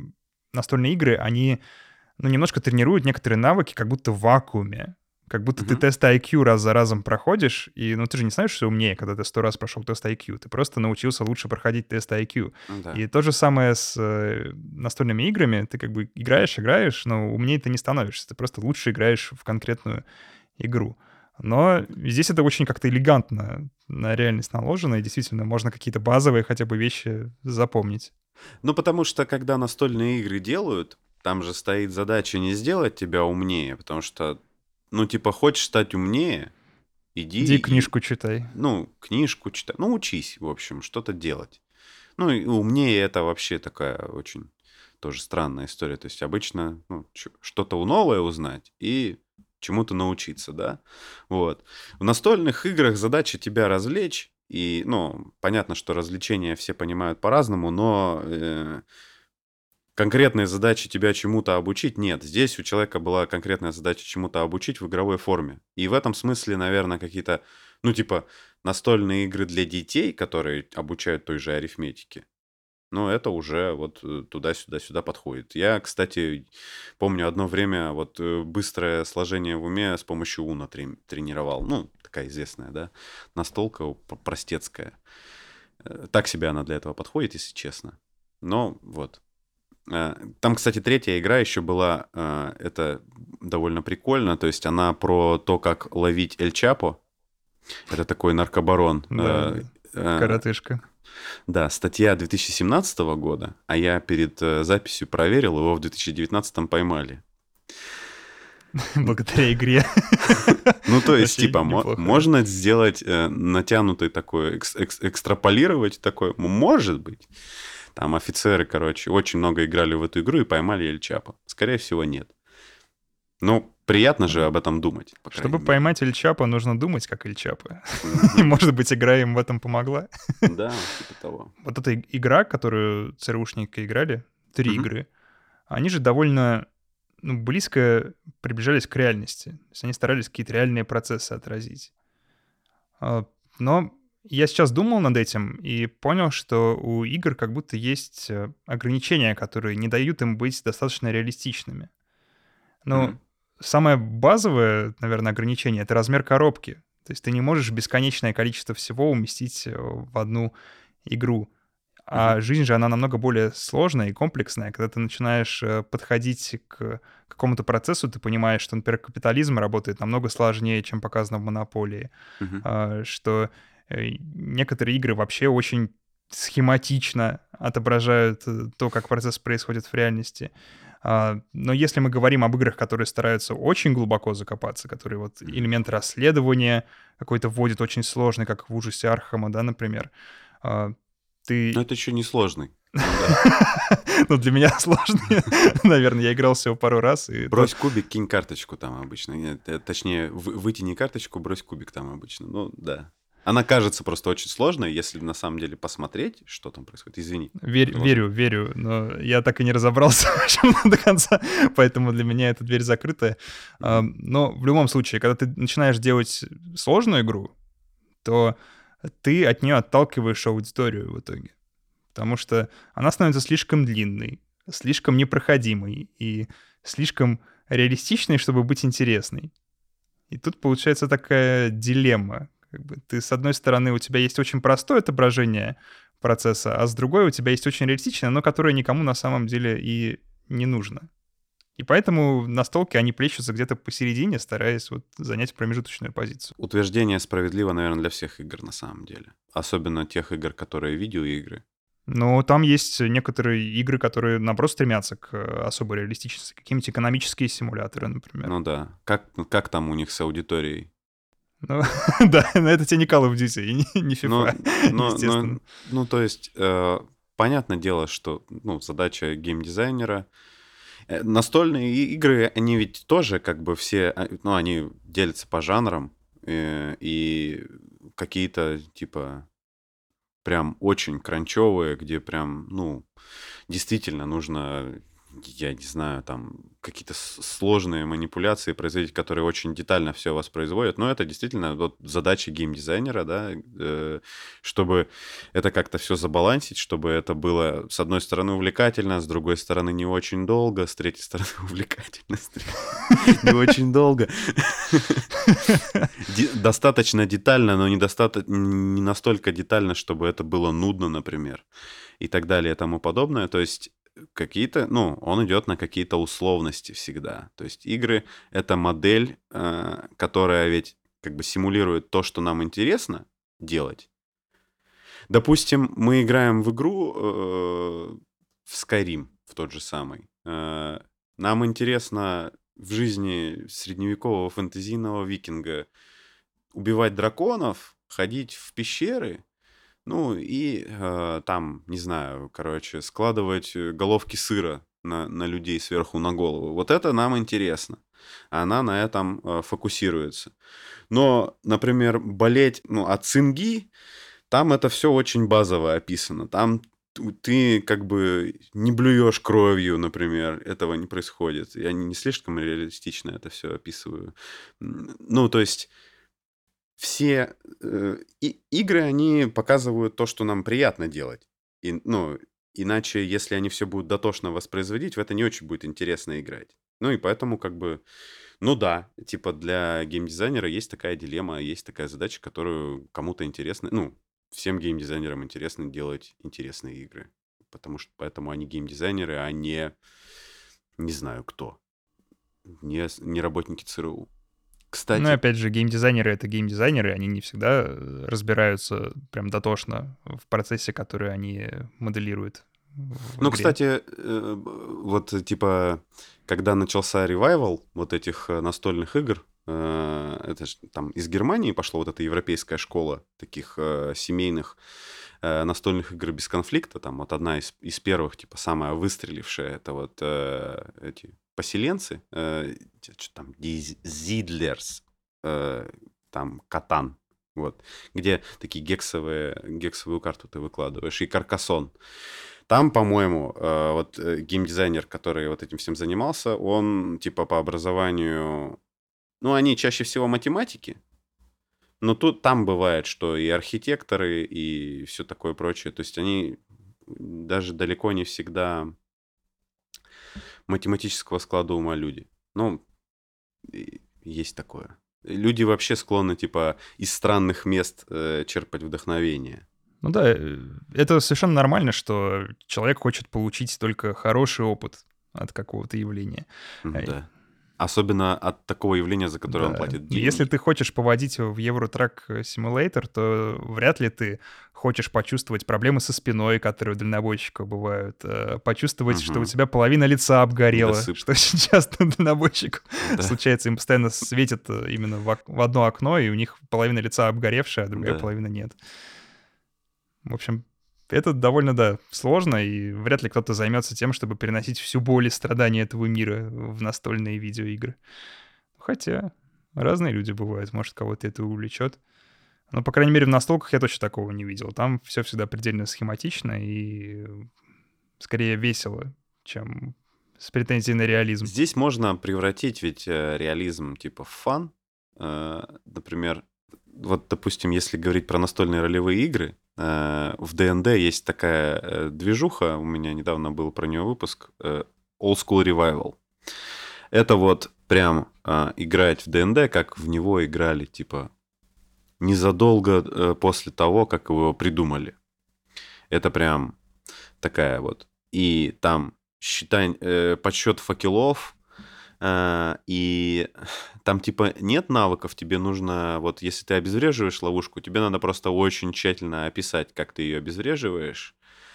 настольные игры, они, ну, немножко тренируют некоторые навыки, как будто в вакууме. Как будто ты Мгм. тест ай кью раз за разом проходишь, и, ну, ты же не становишься умнее, когда ты сто раз прошел тест ай кью. Ты просто научился лучше проходить тест ай кью. Ну да. И то же самое с э, настольными играми. Ты как бы играешь, играешь, но умнее ты не становишься. Ты просто лучше играешь в конкретную игру. Но здесь это очень как-то элегантно на реальность наложено, и действительно можно какие-то базовые хотя бы вещи запомнить. Ну, потому что, когда настольные игры делают, там же стоит задача не сделать тебя умнее, потому что, ну, типа, хочешь стать умнее, иди Иди и, книжку читай. ну, книжку читай, ну, учись, в общем, что-то делать. Ну, и умнее это вообще такая очень тоже странная история. То есть обычно ну, чё- что-то новое узнать и чему-то научиться, да? Вот. В настольных играх задача тебя развлечь. И, ну, понятно, что развлечения все понимают по-разному, но э, конкретной задачи тебя чему-то обучить нет. Здесь у человека была конкретная задача чему-то обучить в игровой форме. И в этом смысле, наверное, какие-то, ну, типа, настольные игры для детей, которые обучают той же арифметике, ну, это уже вот э, туда-сюда-сюда подходит. Я, кстати, помню одно время вот э, быстрое сложение в уме с помощью Уно трени- тренировал. Ну, такая известная, да, настолка п- простецкая. Э, Так себе она для этого подходит, если честно. Но вот. Э, Там, кстати, третья игра еще была. э, Это довольно прикольно. То есть она про то, как ловить Эль Чапо. Это такой наркобарон. Да, Э, да. э, Коротышка. Да, статья две тысячи семнадцатого года, а я перед э, записью проверил, его в две тысячи девятнадцатом поймали. Благодаря игре. Ну, то есть, Вообще типа, мо- неплохо. можно сделать э, натянутый такой, экс- экс- экстраполировать такой, м- может быть. Там офицеры, короче, очень много играли в эту игру и поймали Эль Чапо. Скорее всего, нет. Ну, приятно же об этом думать, по крайней Чтобы мере. поймать Эль Чапо, нужно думать, как Эль Чапо. И, Мгм. может быть, игра им в этом помогла. Да, типа того. Вот эта и- игра, которую ЦРУшники играли, три Мгм. игры, они же довольно ну, близко приближались к реальности. То есть они старались какие-то реальные процессы отразить. А, Но я сейчас думал над этим и понял, что у игр как будто есть э, ограничения, которые не дают им быть достаточно реалистичными. Ну, М. самое базовое, наверное, ограничение — это размер коробки. То есть ты не можешь бесконечное количество всего уместить э, в одну игру. Мгм. А жизнь же, она намного более сложная и комплексная. Когда ты начинаешь э, подходить к какому-то процессу, ты понимаешь, что, например, капитализм работает намного сложнее, чем показано в «Монополии», Мгм. а, что э, некоторые игры вообще очень схематично отображают э, то, как процесс происходит в реальности. А, Но если мы говорим об играх, которые стараются очень глубоко закопаться, которые вот Мгм. элемент расследования какой-то вводят очень сложный, как в «Ужасе Архама», да, например, а, Но ты... это еще не сложный. Ну да. Ну, для меня сложнее. Наверное, я играл всего пару раз, и то... Брось кубик, кинь карточку там обычно. Нет, э, точнее, вы- вытяни карточку, брось кубик там обычно. Ну, да. Она кажется просто очень сложной, если на самом деле посмотреть, что там происходит. Извини. Верь- Продолжай. верю, верю, но я так и не разобрался в чем до конца, поэтому для меня эта дверь закрытая. А, Мгм. Но в любом случае, когда ты начинаешь делать сложную игру, то ты от нее отталкиваешь аудиторию в итоге. Потому что она становится слишком длинной, слишком непроходимой и слишком реалистичной, чтобы быть интересной. И тут получается такая дилемма. Как бы ты, с одной стороны, у тебя есть очень простое отображение процесса, а с другой у тебя есть очень реалистичное, но которое никому на самом деле и не нужно. И поэтому настолки, они плещутся где-то посередине, стараясь вот занять промежуточную позицию. Утверждение справедливо, наверное, для всех игр на самом деле. Особенно тех игр, которые видеоигры. Но там есть некоторые игры, которые, наоборот, стремятся к э, особой реалистичности. Какие-нибудь экономические симуляторы, например. Ну да. Как, как там у них с аудиторией? Ну, да, но это тебе не Call of Duty и не, не Ну, FIFA, но, но, естественно. ну, то есть, э, понятное дело, что ну, задача геймдизайнера. Э, Настольные и- игры, они ведь тоже как бы все, а, ну, они делятся по жанрам. э, И какие-то, типа, прям очень кранчевые, где прям, ну, действительно нужно, я не знаю, там, какие-то сложные манипуляции производить, которые очень детально все воспроизводят. Но это действительно вот задача геймдизайнера, да, э, чтобы это как-то все забалансить, чтобы это было, с одной стороны, увлекательно, с другой стороны, не очень долго, с третьей стороны, увлекательно, с третьей не очень долго. Достаточно детально, но не настолько детально, чтобы это было нудно, например, и так далее и тому подобное. То есть какие-то, ну, он идет на какие-то условности всегда. То есть игры — это модель, э, которая ведь как бы симулирует то, что нам интересно делать. Допустим, мы играем в игру э, в Skyrim, в тот же самый. Э, нам интересно в жизни средневекового фэнтезийного викинга убивать драконов, ходить в пещеры, ну и э, там, не знаю, короче, складывать головки сыра на, на людей сверху на голову. Вот это нам интересно. Она на этом э, фокусируется. Но, например, болеть ну, от цинги, там это все очень базово описано. Там ты как бы не блюешь кровью, например. Этого не происходит. Я не, не слишком реалистично это все описываю. Ну, то есть... Все э, и, игры, они показывают то, что нам приятно делать. И, ну, иначе, если они все будут дотошно воспроизводить, в это не очень будет интересно играть. Ну и поэтому как бы, ну да, типа для геймдизайнера есть такая дилемма, есть такая задача, которую кому-то интересно, ну, всем геймдизайнерам интересно делать интересные игры. Потому что поэтому они геймдизайнеры, а не, не знаю кто, не, не работники ЦРУ. Кстати, ну, опять же, геймдизайнеры — это геймдизайнеры, они не всегда э, разбираются прям дотошно в процессе, который они моделируют в ну, игре. кстати, э, вот типа, когда начался ревайвал вот этих э, настольных игр, э, это же там из Германии пошла вот эта европейская школа таких э, семейных э, настольных игр без конфликта. Там вот одна из, из первых, типа, самая выстрелившая, это вот э, эти поселенцы, э, что там, Зидлерс, э, там, Катан, вот, где такие гексовые, гексовую карту ты выкладываешь, и Каркасон. Там, по-моему, э, вот э, геймдизайнер, который вот этим всем занимался, он, типа, по образованию... Ну, они чаще всего математики, но тут там бывает, что и архитекторы, и все такое прочее. То есть они даже далеко не всегда математического склада ума люди. Ну, и есть такое. Люди вообще склонны, типа, из странных мест э, черпать вдохновение. Ну да, э, это совершенно нормально, что человек хочет получить только хороший опыт от какого-то явления. Э, Да. Особенно от такого явления, за которое он Да. платит И деньги. Если ты хочешь поводить в Евротрак Simulator, то вряд ли ты хочешь почувствовать проблемы со спиной, которые у дальнобойщиков бывают, э, почувствовать, что у Мгм. тебя половина лица обгорела, Недосып. что очень часто у дальнобойщиков Да, случается. Им постоянно светит э, именно в, ок- в одно окно, и у них половина лица обгоревшая, а другая да. половина нет. В общем, это довольно, да, сложно, и вряд ли кто-то займется тем, чтобы переносить всю боль и страдания этого мира в настольные видеоигры. Хотя разные люди бывают, может, кого-то это увлечет. Но, по крайней мере, в настолках я точно такого не видел. Там все всегда предельно схематично и скорее весело, чем с претензией на реализм. Здесь можно превратить ведь э, реализм типа в фан. Э, Например, вот, допустим, если говорить про настольные ролевые игры, э, в ди энд ди есть такая э, движуха, у меня недавно был про нее выпуск, э, Old School Revival. Это вот прям э, играть в ди энд ди, как в него играли, типа, незадолго э, после того, как его придумали. Это прям такая вот. И там считай, э, подсчет факелов, э, и там типа нет навыков, тебе нужно, вот если ты обезвреживаешь ловушку, тебе надо просто очень тщательно описать, как ты ее обезвреживаешь.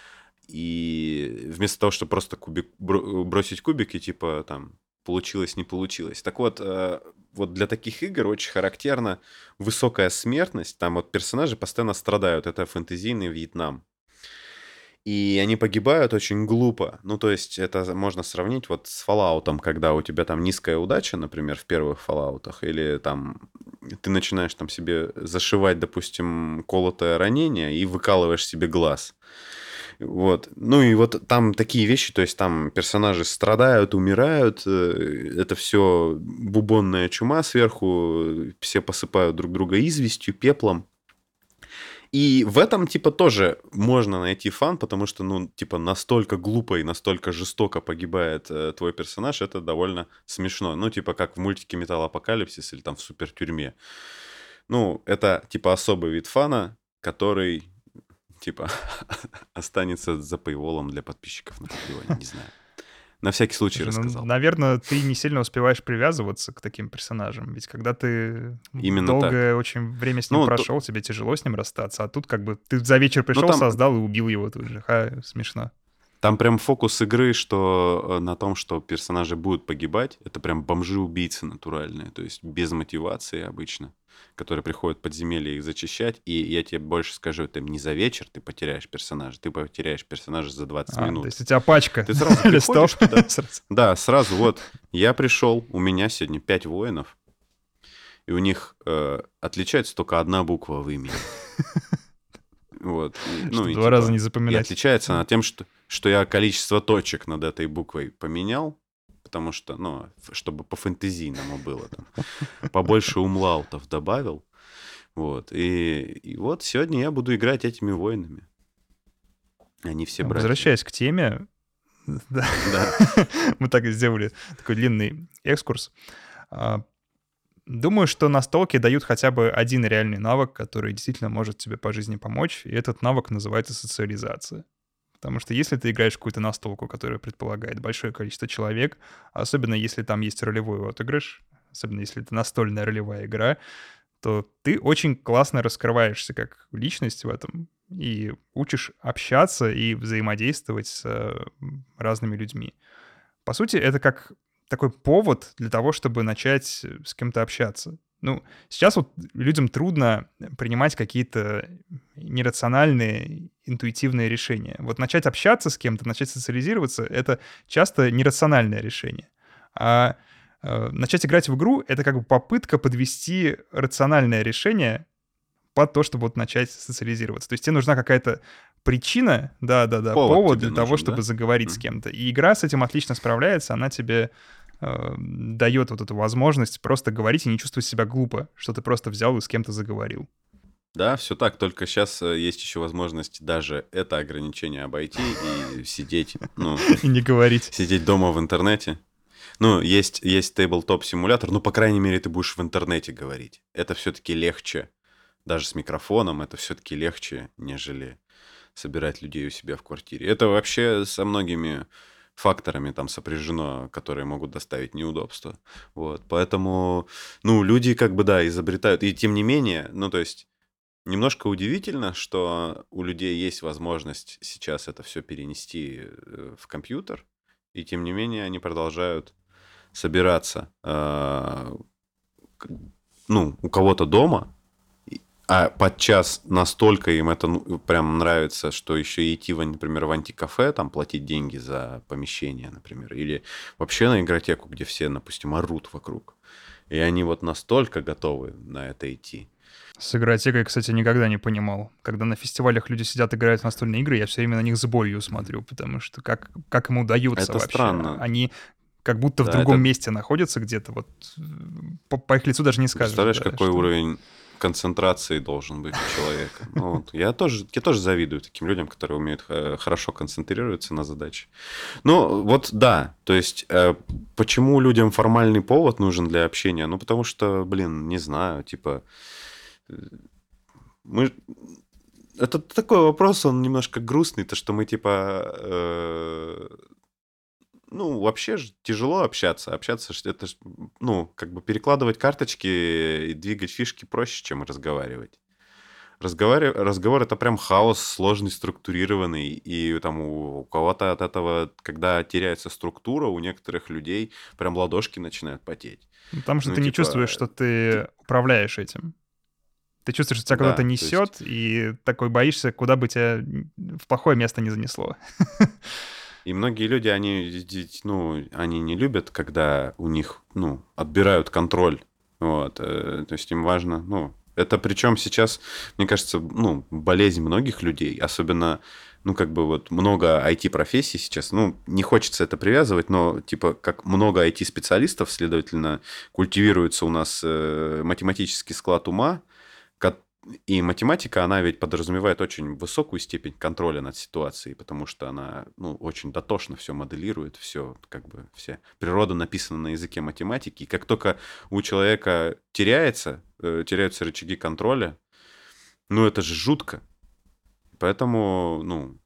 И вместо того, чтобы просто кубик, бро- бросить кубик и типа там получилось, не получилось. Так вот, э, вот для таких игр очень характерна высокая смертность. Там вот персонажи постоянно страдают. Это фэнтезийный Вьетнам. И они погибают очень глупо. Ну, то есть это можно сравнить вот с Fallout, когда у тебя там низкая удача, например, в первых Fallout'ах, или там ты начинаешь там себе зашивать, допустим, колотое ранение и выкалываешь себе глаз. Вот. Ну и вот там такие вещи, то есть там персонажи страдают, умирают, это все бубонная чума сверху, все посыпают друг друга известью, пеплом. И в этом, типа, тоже можно найти фан, потому что, ну, типа, настолько глупо и настолько жестоко погибает э, твой персонаж, это довольно смешно. Ну, типа, как в мультике «Металлопокалипсис» или там в «Супертюрьме». Ну, это, типа, особый вид фана, который, типа, останется за пейволом для подписчиков на Патреоне, не знаю. На всякий случай Слушай, ну, рассказал. наверное, ты не сильно успеваешь привязываться к таким персонажам. Ведь когда ты Именно долгое так. очень время с ним Ну, то- прошел, тебе тяжело с ним расстаться. А тут как бы ты за вечер пришел, там- создал и убил его тут же. Ха, смешно. Там прям фокус игры, что э, на том, что персонажи будут погибать, это прям бомжи-убийцы натуральные, то есть без мотивации обычно, которые приходят в подземелье их зачищать, и я тебе больше скажу, это не за вечер ты потеряешь персонажа, ты потеряешь персонажа за двадцать А, минут. то есть у тебя пачка Ты сразу листов. приходишь туда. Сразу. Да, сразу вот, я пришел, у меня сегодня пять воинов, и у них э, отличается только одна буква в имени. Вот. И, Что ну, и, два типа, раза не и запоминать. отличается она тем, что, что я количество точек над этой буквой поменял, потому что, ну, ф- чтобы по-фэнтезийному было там. Побольше умлаутов добавил. Вот. И, и вот сегодня я буду играть этими воинами. Они все братья. Возвращаясь к теме, да, Да. мы так и сделали такой длинный экскурс. А, Думаю, что настолки дают хотя бы один реальный навык, который действительно может тебе по жизни помочь, и этот навык называется социализация. Потому что если ты играешь в какую-то настолку, которая предполагает большое количество человек, особенно если там есть ролевой отыгрыш, особенно если это настольная ролевая игра, то ты очень классно раскрываешься как личность в этом и учишь общаться и взаимодействовать с э, разными людьми. По сути, это как такой повод для того, чтобы начать э, с кем-то общаться. Ну, сейчас вот людям трудно принимать какие-то нерациональные, интуитивные решения. Вот начать общаться с кем-то, начать социализироваться — это часто нерациональное решение. А э, начать играть в игру — это как бы попытка подвести рациональное решение под то, чтобы вот начать социализироваться. То есть тебе нужна какая-то причина, да-да-да, Повод повод тебе для того, нужен, чтобы да? заговорить с Мгм. кем-то. И игра с этим отлично справляется, она тебе э, дает вот эту возможность просто говорить и не чувствовать себя глупо, что ты просто взял и с кем-то заговорил. Да, все так, только сейчас есть еще возможность даже это ограничение обойти и сидеть, ну, И не говорить. сидеть дома в интернете. Ну, есть, есть тейблтоп-симулятор, ну, по крайней мере, ты будешь в интернете говорить. Это все-таки легче. Даже с микрофоном это все-таки легче, нежели собирать людей у себя в квартире. Это вообще со многими факторами там сопряжено, которые могут доставить неудобства. Вот, поэтому, ну, люди как бы, да, изобретают. И тем не менее, ну, то есть, немножко удивительно, что у людей есть возможность сейчас это все перенести э, в компьютер, и тем не менее они продолжают собираться, э, к- ну, у кого-то дома, и- а подчас настолько им это ну, прям нравится, что еще и идти, в, например, в антикафе, там платить деньги за помещение, например, или вообще на игротеку, где все, допустим, орут вокруг. И они вот настолько готовы на это идти. С игротекой, кстати, никогда не понимал. Когда на фестивалях люди сидят, играют в настольные игры, я все время на них с болью смотрю, потому что как, как им удается Это вообще? странно. Они как будто в Да, другом это- месте находятся где-то, вот э, по, по их лицу даже не скажешь. Представляешь, да, какой что- уровень концентрации должен быть у человека. Ну, вот. Я тоже, я тоже завидую таким людям, которые умеют э, хорошо концентрироваться на задаче. Ну, вот да, то есть, э, почему людям формальный повод нужен для общения? Ну, потому что, блин, не знаю, типа, э, мы... Это такой вопрос, он немножко грустный, то, что мы, типа, э, ну, вообще же тяжело общаться. Общаться, ж- это ж, ну, как бы перекладывать карточки и двигать фишки проще, чем разговаривать. Разговари- Разговор — это прям хаос, сложный, структурированный. И там у, у кого-то от этого, когда теряется структура, у некоторых людей прям ладошки начинают потеть. Ну, Потому что Ну, ты не типа, чувствуешь, что ты управляешь этим. Ты чувствуешь, что тебя да, куда-то то есть- несет, и такой боишься, куда бы тебя в плохое место не занесло. И многие люди, они, ведь, ну, они не любят, когда у них, ну, отбирают контроль. Вот. э, То есть им важно, ну, это причем сейчас, мне кажется, ну, болезнь многих людей, особенно ну, как бы вот много ай ти-профессий сейчас, ну, не хочется это привязывать, но, типа, как много ай ти-специалистов, следовательно, культивируется у нас э, математический склад ума, ко- и математика, она ведь подразумевает очень высокую степень контроля над ситуацией, потому что она, ну, очень дотошно все моделирует, все, как бы, все. Природа написана на языке математики, и как только у человека теряется, э, теряются рычаги контроля, ну, это же жутко. Поэтому, ну,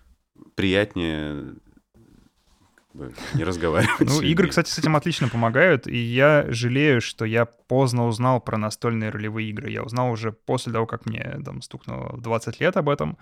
приятнее как бы не разговаривать Ну, с игры, людьми. кстати, с этим отлично помогают, и я жалею, что я поздно узнал про настольные ролевые игры. Я узнал уже после того, как мне там стукнуло двадцать лет об этом,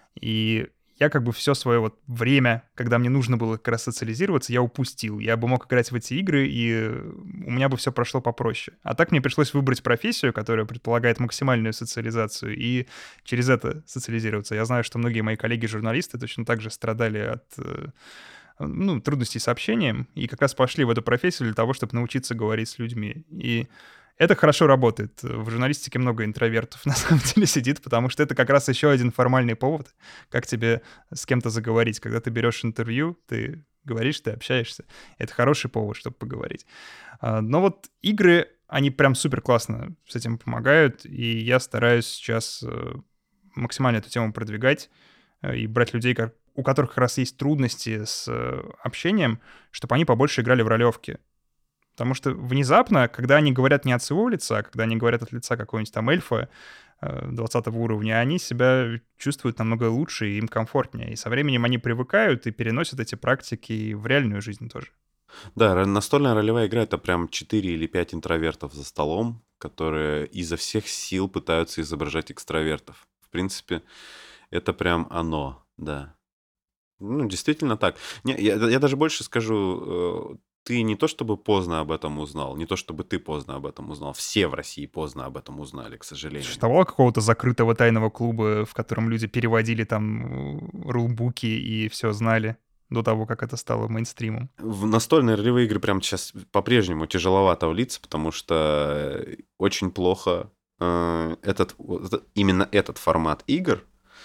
и я как бы все свое вот время, когда мне нужно было как раз социализироваться, я упустил. Я бы мог играть в эти игры, и у меня бы все прошло попроще. А так мне пришлось выбрать профессию, которая предполагает максимальную социализацию, и через это социализироваться. Я знаю, что многие мои коллеги-журналисты точно так же страдали от э, ну, трудностей с общением, и как раз пошли в эту профессию для того, чтобы научиться говорить с людьми. И это хорошо работает. В журналистике много интровертов на самом деле сидит, потому что это как раз еще один формальный повод, как тебе с кем-то заговорить. Когда ты берешь интервью, ты говоришь, ты общаешься. Это хороший повод, чтобы поговорить. А, Но вот игры, они прям супер классно с этим помогают, и я стараюсь сейчас э, максимально эту тему продвигать э, и брать людей, как- у которых как раз есть трудности с э, общением, чтобы они побольше играли в ролевки. Потому что внезапно, когда они говорят не от своего лица, а когда они говорят от лица какого-нибудь там эльфа э, двадцатого уровня, они себя чувствуют намного лучше и им комфортнее. И со временем они привыкают и переносят эти практики и в реальную жизнь тоже. Да, ро- настольная ролевая игра — это прям четыре или пять интровертов за столом, которые изо всех сил пытаются изображать экстравертов. В принципе, это прям оно, да. Ну, действительно так. Не, я, я даже больше скажу, э, ты не то чтобы поздно об этом узнал, не то чтобы ты поздно об этом узнал, все в России поздно об этом узнали, к сожалению. Существовало какого-то закрытого тайного клуба, в котором люди переводили там э, рулбуки и все знали до того, как это стало мейнстримом? В настольные ролевые игры прям сейчас по-прежнему тяжеловато влиться, потому что э, очень плохо э, этот, вот это- именно этот формат игр,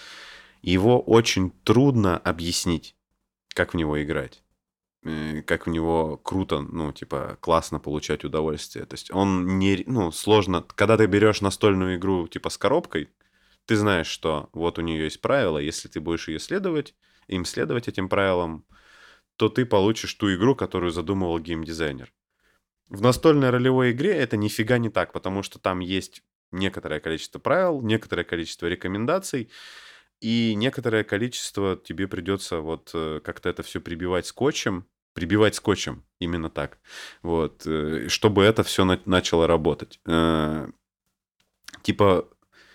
его очень трудно объяснить, как в него играть. э, Как в него круто, ну, типа, классно получать удовольствие. То есть он не, ну, сложно. Когда ты берешь настольную игру, типа, с коробкой, ты знаешь, что вот у нее есть правила, если ты будешь ее следовать, им следовать этим правилам, то ты получишь ту игру, которую задумывал геймдизайнер. В настольной ролевой игре это нифига не так, потому что там есть некоторое количество правил, некоторое количество рекомендаций, и некоторое количество тебе придется вот э, как-то это все прибивать скотчем, прибивать скотчем, именно так, вот, э, чтобы это все начало работать. Э, Типа,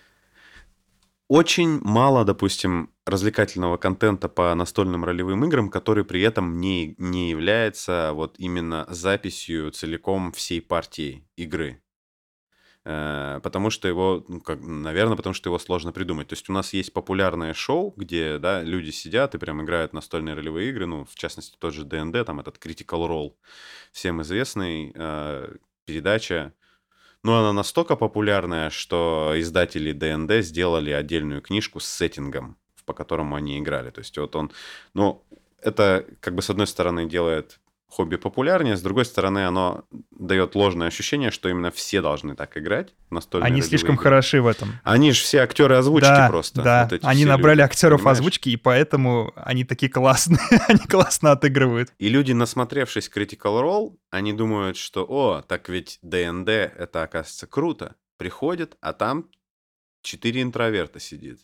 очень мало, допустим, развлекательного контента по настольным ролевым играм, который при этом не, не является вот именно записью целиком всей партии игры. Э, Потому что его, ну, как, наверное, потому что его сложно придумать. То есть у нас есть популярное шоу, где, да, люди сидят и прям играют в настольные ролевые игры, ну, в частности, тот же ди энд ди, там этот Critical Role, всем известный, э, передача. Но она настолько популярная, что издатели ди энд ди сделали отдельную книжку с сеттингом, по которому они играли. То есть вот он... Ну, это как бы с одной стороны делает хобби популярнее, с другой стороны оно дает ложное ощущение, что именно все должны так играть в настольные Они ролевые слишком игры. хороши в этом. Они же все актеры озвучки Да, просто, вот да. эти Они все набрали люди, актеров понимаешь? озвучки, и поэтому они такие классные. Они классно отыгрывают. И люди, насмотревшись Critical Role, они думают, что, о, так ведь ди энд ди это, оказывается, круто. Приходят, а там четыре интроверта сидит.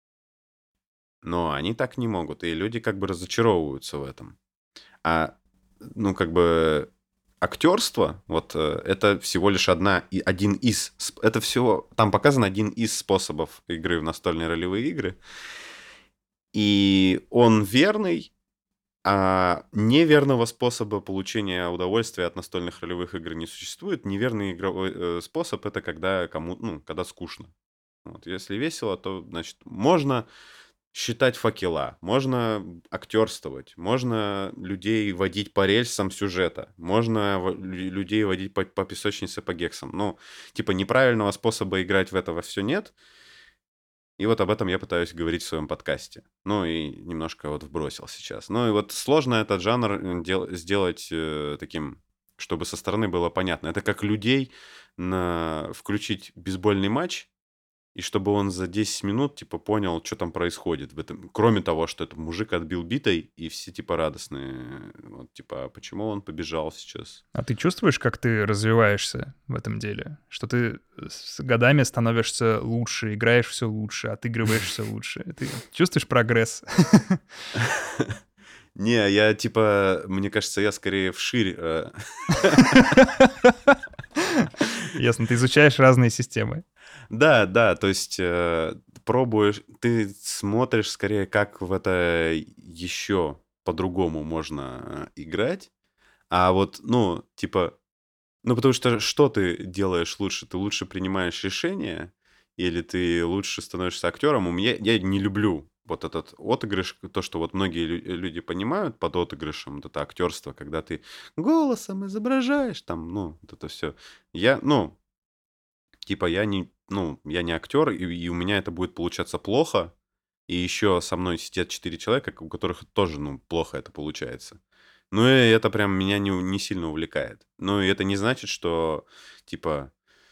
Но они так не могут, и люди как бы разочаровываются в этом. А, ну, как бы актерство, вот э, это всего лишь одна, и один из, сп- это всего, там показан один из способов игры в настольные ролевые игры. И он верный, а неверного способа получения удовольствия от настольных ролевых игр не существует. Неверный игровой э, способ — это когда кому, ну, когда скучно. Вот. Если весело, то, значит, можно считать факела, можно актерствовать, можно людей водить по рельсам сюжета, можно во- лю- людей водить по, по песочнице по гексам. Ну, типа, неправильного способа играть в это во все нет. И вот об этом я пытаюсь говорить в своем подкасте. Ну и немножко вот вбросил сейчас. Ну и вот сложно этот жанр э, дел- сделать э, таким, чтобы со стороны было понятно. Это как людей на... включить бейсбольный матч, и чтобы он за десять минут, типа, понял, что там происходит в этом. Кроме того, что этот мужик отбил битой, и все, типа, радостные. Вот, типа, а почему он побежал сейчас? А ты чувствуешь, как ты развиваешься в этом деле? Что ты с годами становишься лучше, играешь все лучше, отыгрываешь все лучше. Ты чувствуешь прогресс? Не, я, типа, мне кажется, я скорее вширь. э, Ясно, ты изучаешь разные системы. Да, да, то есть э, пробуешь, ты смотришь скорее, как в это еще по-другому можно э, играть. А вот, ну, типа, ну, потому что что ты делаешь лучше? Ты лучше принимаешь решения или ты лучше становишься актером? У меня, я не люблю вот этот отыгрыш, то, что вот многие лю- люди понимают под отыгрышем, вот это актерство, когда ты голосом изображаешь, там, ну, вот это все. Я, ну, типа, я не, ну, я не актер, и, и у меня это будет получаться плохо, и еще со мной сидят четыре человека, у которых тоже, ну, плохо это получается. Ну, и это прям меня не, не сильно увлекает. Ну, и это не значит, что, типа,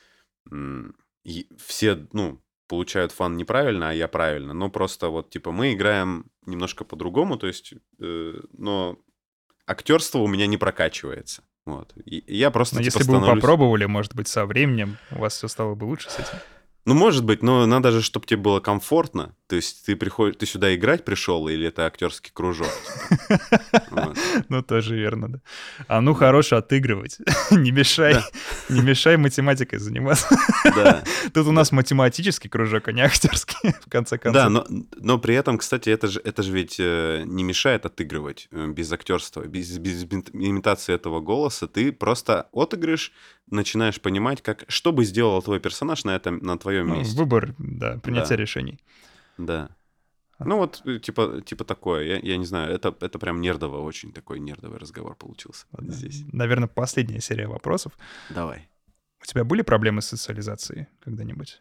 м, и все, ну, получают фан неправильно, а я правильно. Но просто вот, типа, мы играем немножко по-другому, то есть, э, но актерство у меня не прокачивается. Вот. И и я просто, Но типа, если бы вы становлюсь... попробовали, может быть, со временем у вас все стало бы лучше с этим. Ну, может быть, но надо же, чтобы тебе было комфортно. То есть ты приходишь, ты сюда играть пришел, или это актерский кружок? Типа? Вот, Ну, тоже верно, да. А ну, да. хорош отыгрывать. Не мешай, Да, не мешай математикой заниматься. да, Тут у да. нас математический кружок, а не актерский, в конце Да, концов. но, но при этом, кстати, это же, это же ведь э, не мешает отыгрывать э, без актерства, без, без имит- имитации этого голоса. Ты просто отыгрыш, начинаешь понимать, как, что бы сделал твой персонаж на, этом, на твоем Ну, месте. выбор, да, принятие Да, решений. да. Ну вот, э, типа, типа такое. Я, я не знаю, это, это прям нердово, очень такой нердовый разговор получился Ладно. здесь. Наверное, последняя серия вопросов. Давай. У тебя были проблемы с социализацией когда-нибудь?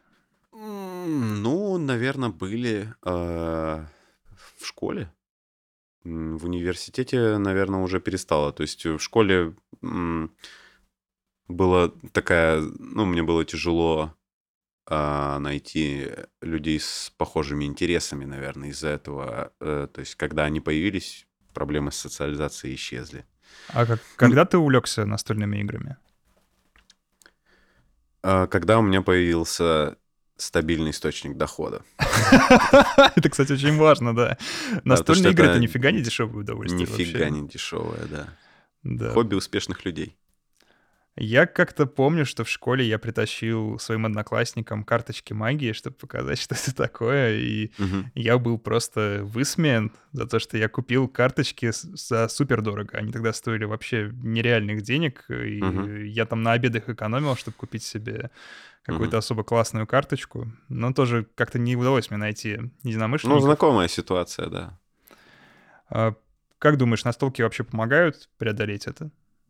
М, Ну, наверное, были э, в школе. М, В университете, наверное, уже перестало. То есть в школе м, была такая, ну, мне было тяжело а, найти людей с похожими интересами, наверное, из-за этого. э, То есть когда они появились, проблемы с социализацией исчезли. А как, М, когда ты увлекся настольными играми? а Когда у меня появился стабильный источник дохода. Это, кстати, очень важно, да. Да, потому что Настольные игры — это это нифига не дешевое удовольствие нифига вообще. не дешевое, да. Да. Хобби успешных людей. Я как-то помню, что в школе я притащил своим одноклассникам карточки магии, чтобы показать, что это такое, и Мгм. я был просто высмеян за то, что я купил карточки с- за супер дорого. Они тогда стоили вообще нереальных денег, Мгм. и я там на обедах экономил, чтобы купить себе Мгм. какую-то особо классную карточку, но тоже как-то не удалось мне найти Ну, единомышленников. знакомая ситуация, да. А как думаешь, настолки вообще помогают преодолеть это?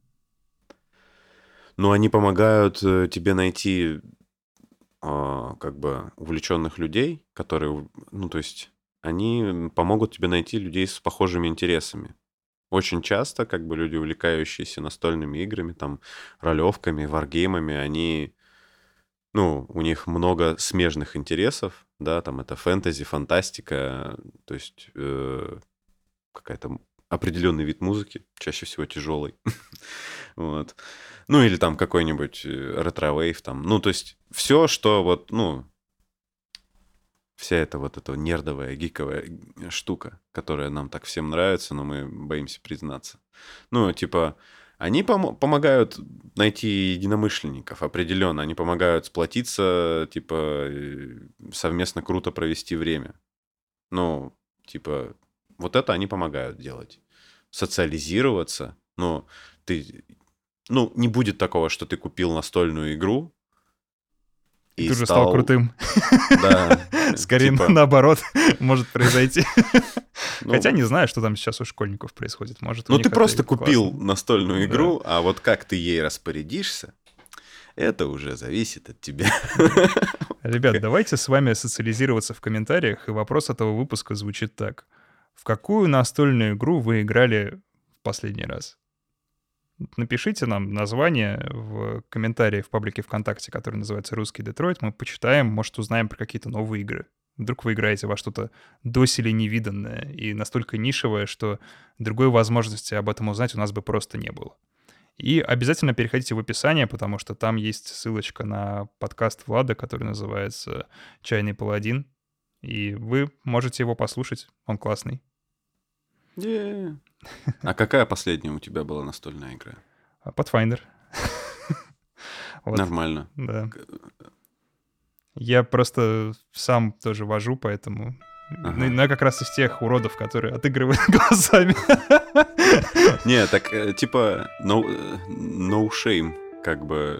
Но они помогают э, тебе найти а, как бы увлеченных людей, которые, у- ну, то есть они помогут тебе найти людей с похожими интересами. Очень часто, как бы люди, увлекающиеся настольными играми, там, ролевками, варгеймами, они, ну, у них много смежных интересов, да, там это фэнтези, фантастика, то есть э, какая-то определенный вид музыки, чаще всего тяжелый. Вот. Ну, или там какой-нибудь э, ретро-вейв там. Ну, то есть все, что вот, ну, вся эта вот эта нердовая, гиковая г- штука, которая нам так всем нравится, но мы боимся признаться. Ну, типа, они помо- помогают найти единомышленников определенно. Они помогают сплотиться, типа, э, совместно круто провести время. Ну, типа, вот это они помогают делать. Социализироваться. Ну, ты... Ну, не будет такого, что ты купил настольную игру И и ты уже стал стал... крутым. Да, э, Скорее, типа... наоборот, может произойти. Хотя Ну, не знаю, что там сейчас у школьников происходит. Может, у ну них ты это просто и купил классно. настольную Да. игру, а вот как ты ей распорядишься, это уже зависит от тебя. Ребят, давайте с вами социализироваться в комментариях, и вопрос этого выпуска звучит так. В какую настольную игру вы играли в последний раз? Напишите нам название в комментарии в паблике ВКонтакте, который называется «Русский Детройт». Мы почитаем, может, узнаем про какие-то новые игры. Вдруг вы играете во что-то доселе невиданное и настолько нишевое, что другой возможности об этом узнать у нас бы просто не было. И обязательно переходите в описание, потому что там есть ссылочка на подкаст Влада, который называется «Чайный паладин». И вы можете его послушать, он классный. Yeah. А какая последняя у тебя была настольная игра? Pathfinder. Вот. Нормально. Да. Я просто сам тоже вожу, поэтому... Ага. Ну, я как раз из тех уродов, которые отыгрывают глазами. Не, так типа no, no shame, как бы...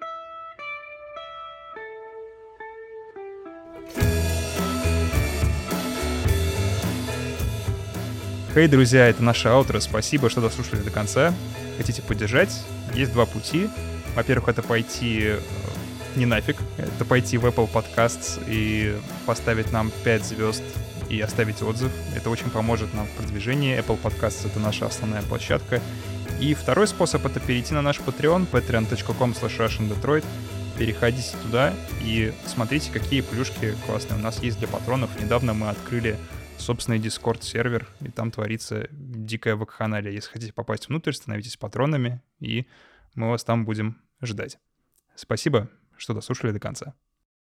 Хей, друзья, это наше аутро. Спасибо, что дослушали до конца. Хотите поддержать? Есть два пути. Во-первых, это пойти не нафиг. Это пойти в Apple Podcasts и поставить нам пять звезд и оставить отзыв. Это очень поможет нам в продвижении. Apple Podcasts — это наша основная площадка. И второй способ — это перейти на наш Patreon, patreon точка com слэш russian detroit. Переходите туда и смотрите, какие плюшки классные у нас есть для патронов. Недавно мы открыли собственный Discord-сервер, и там творится дикая вакханалия. Если хотите попасть внутрь, становитесь патронами, и мы вас там будем ждать. Спасибо, что дослушали до конца.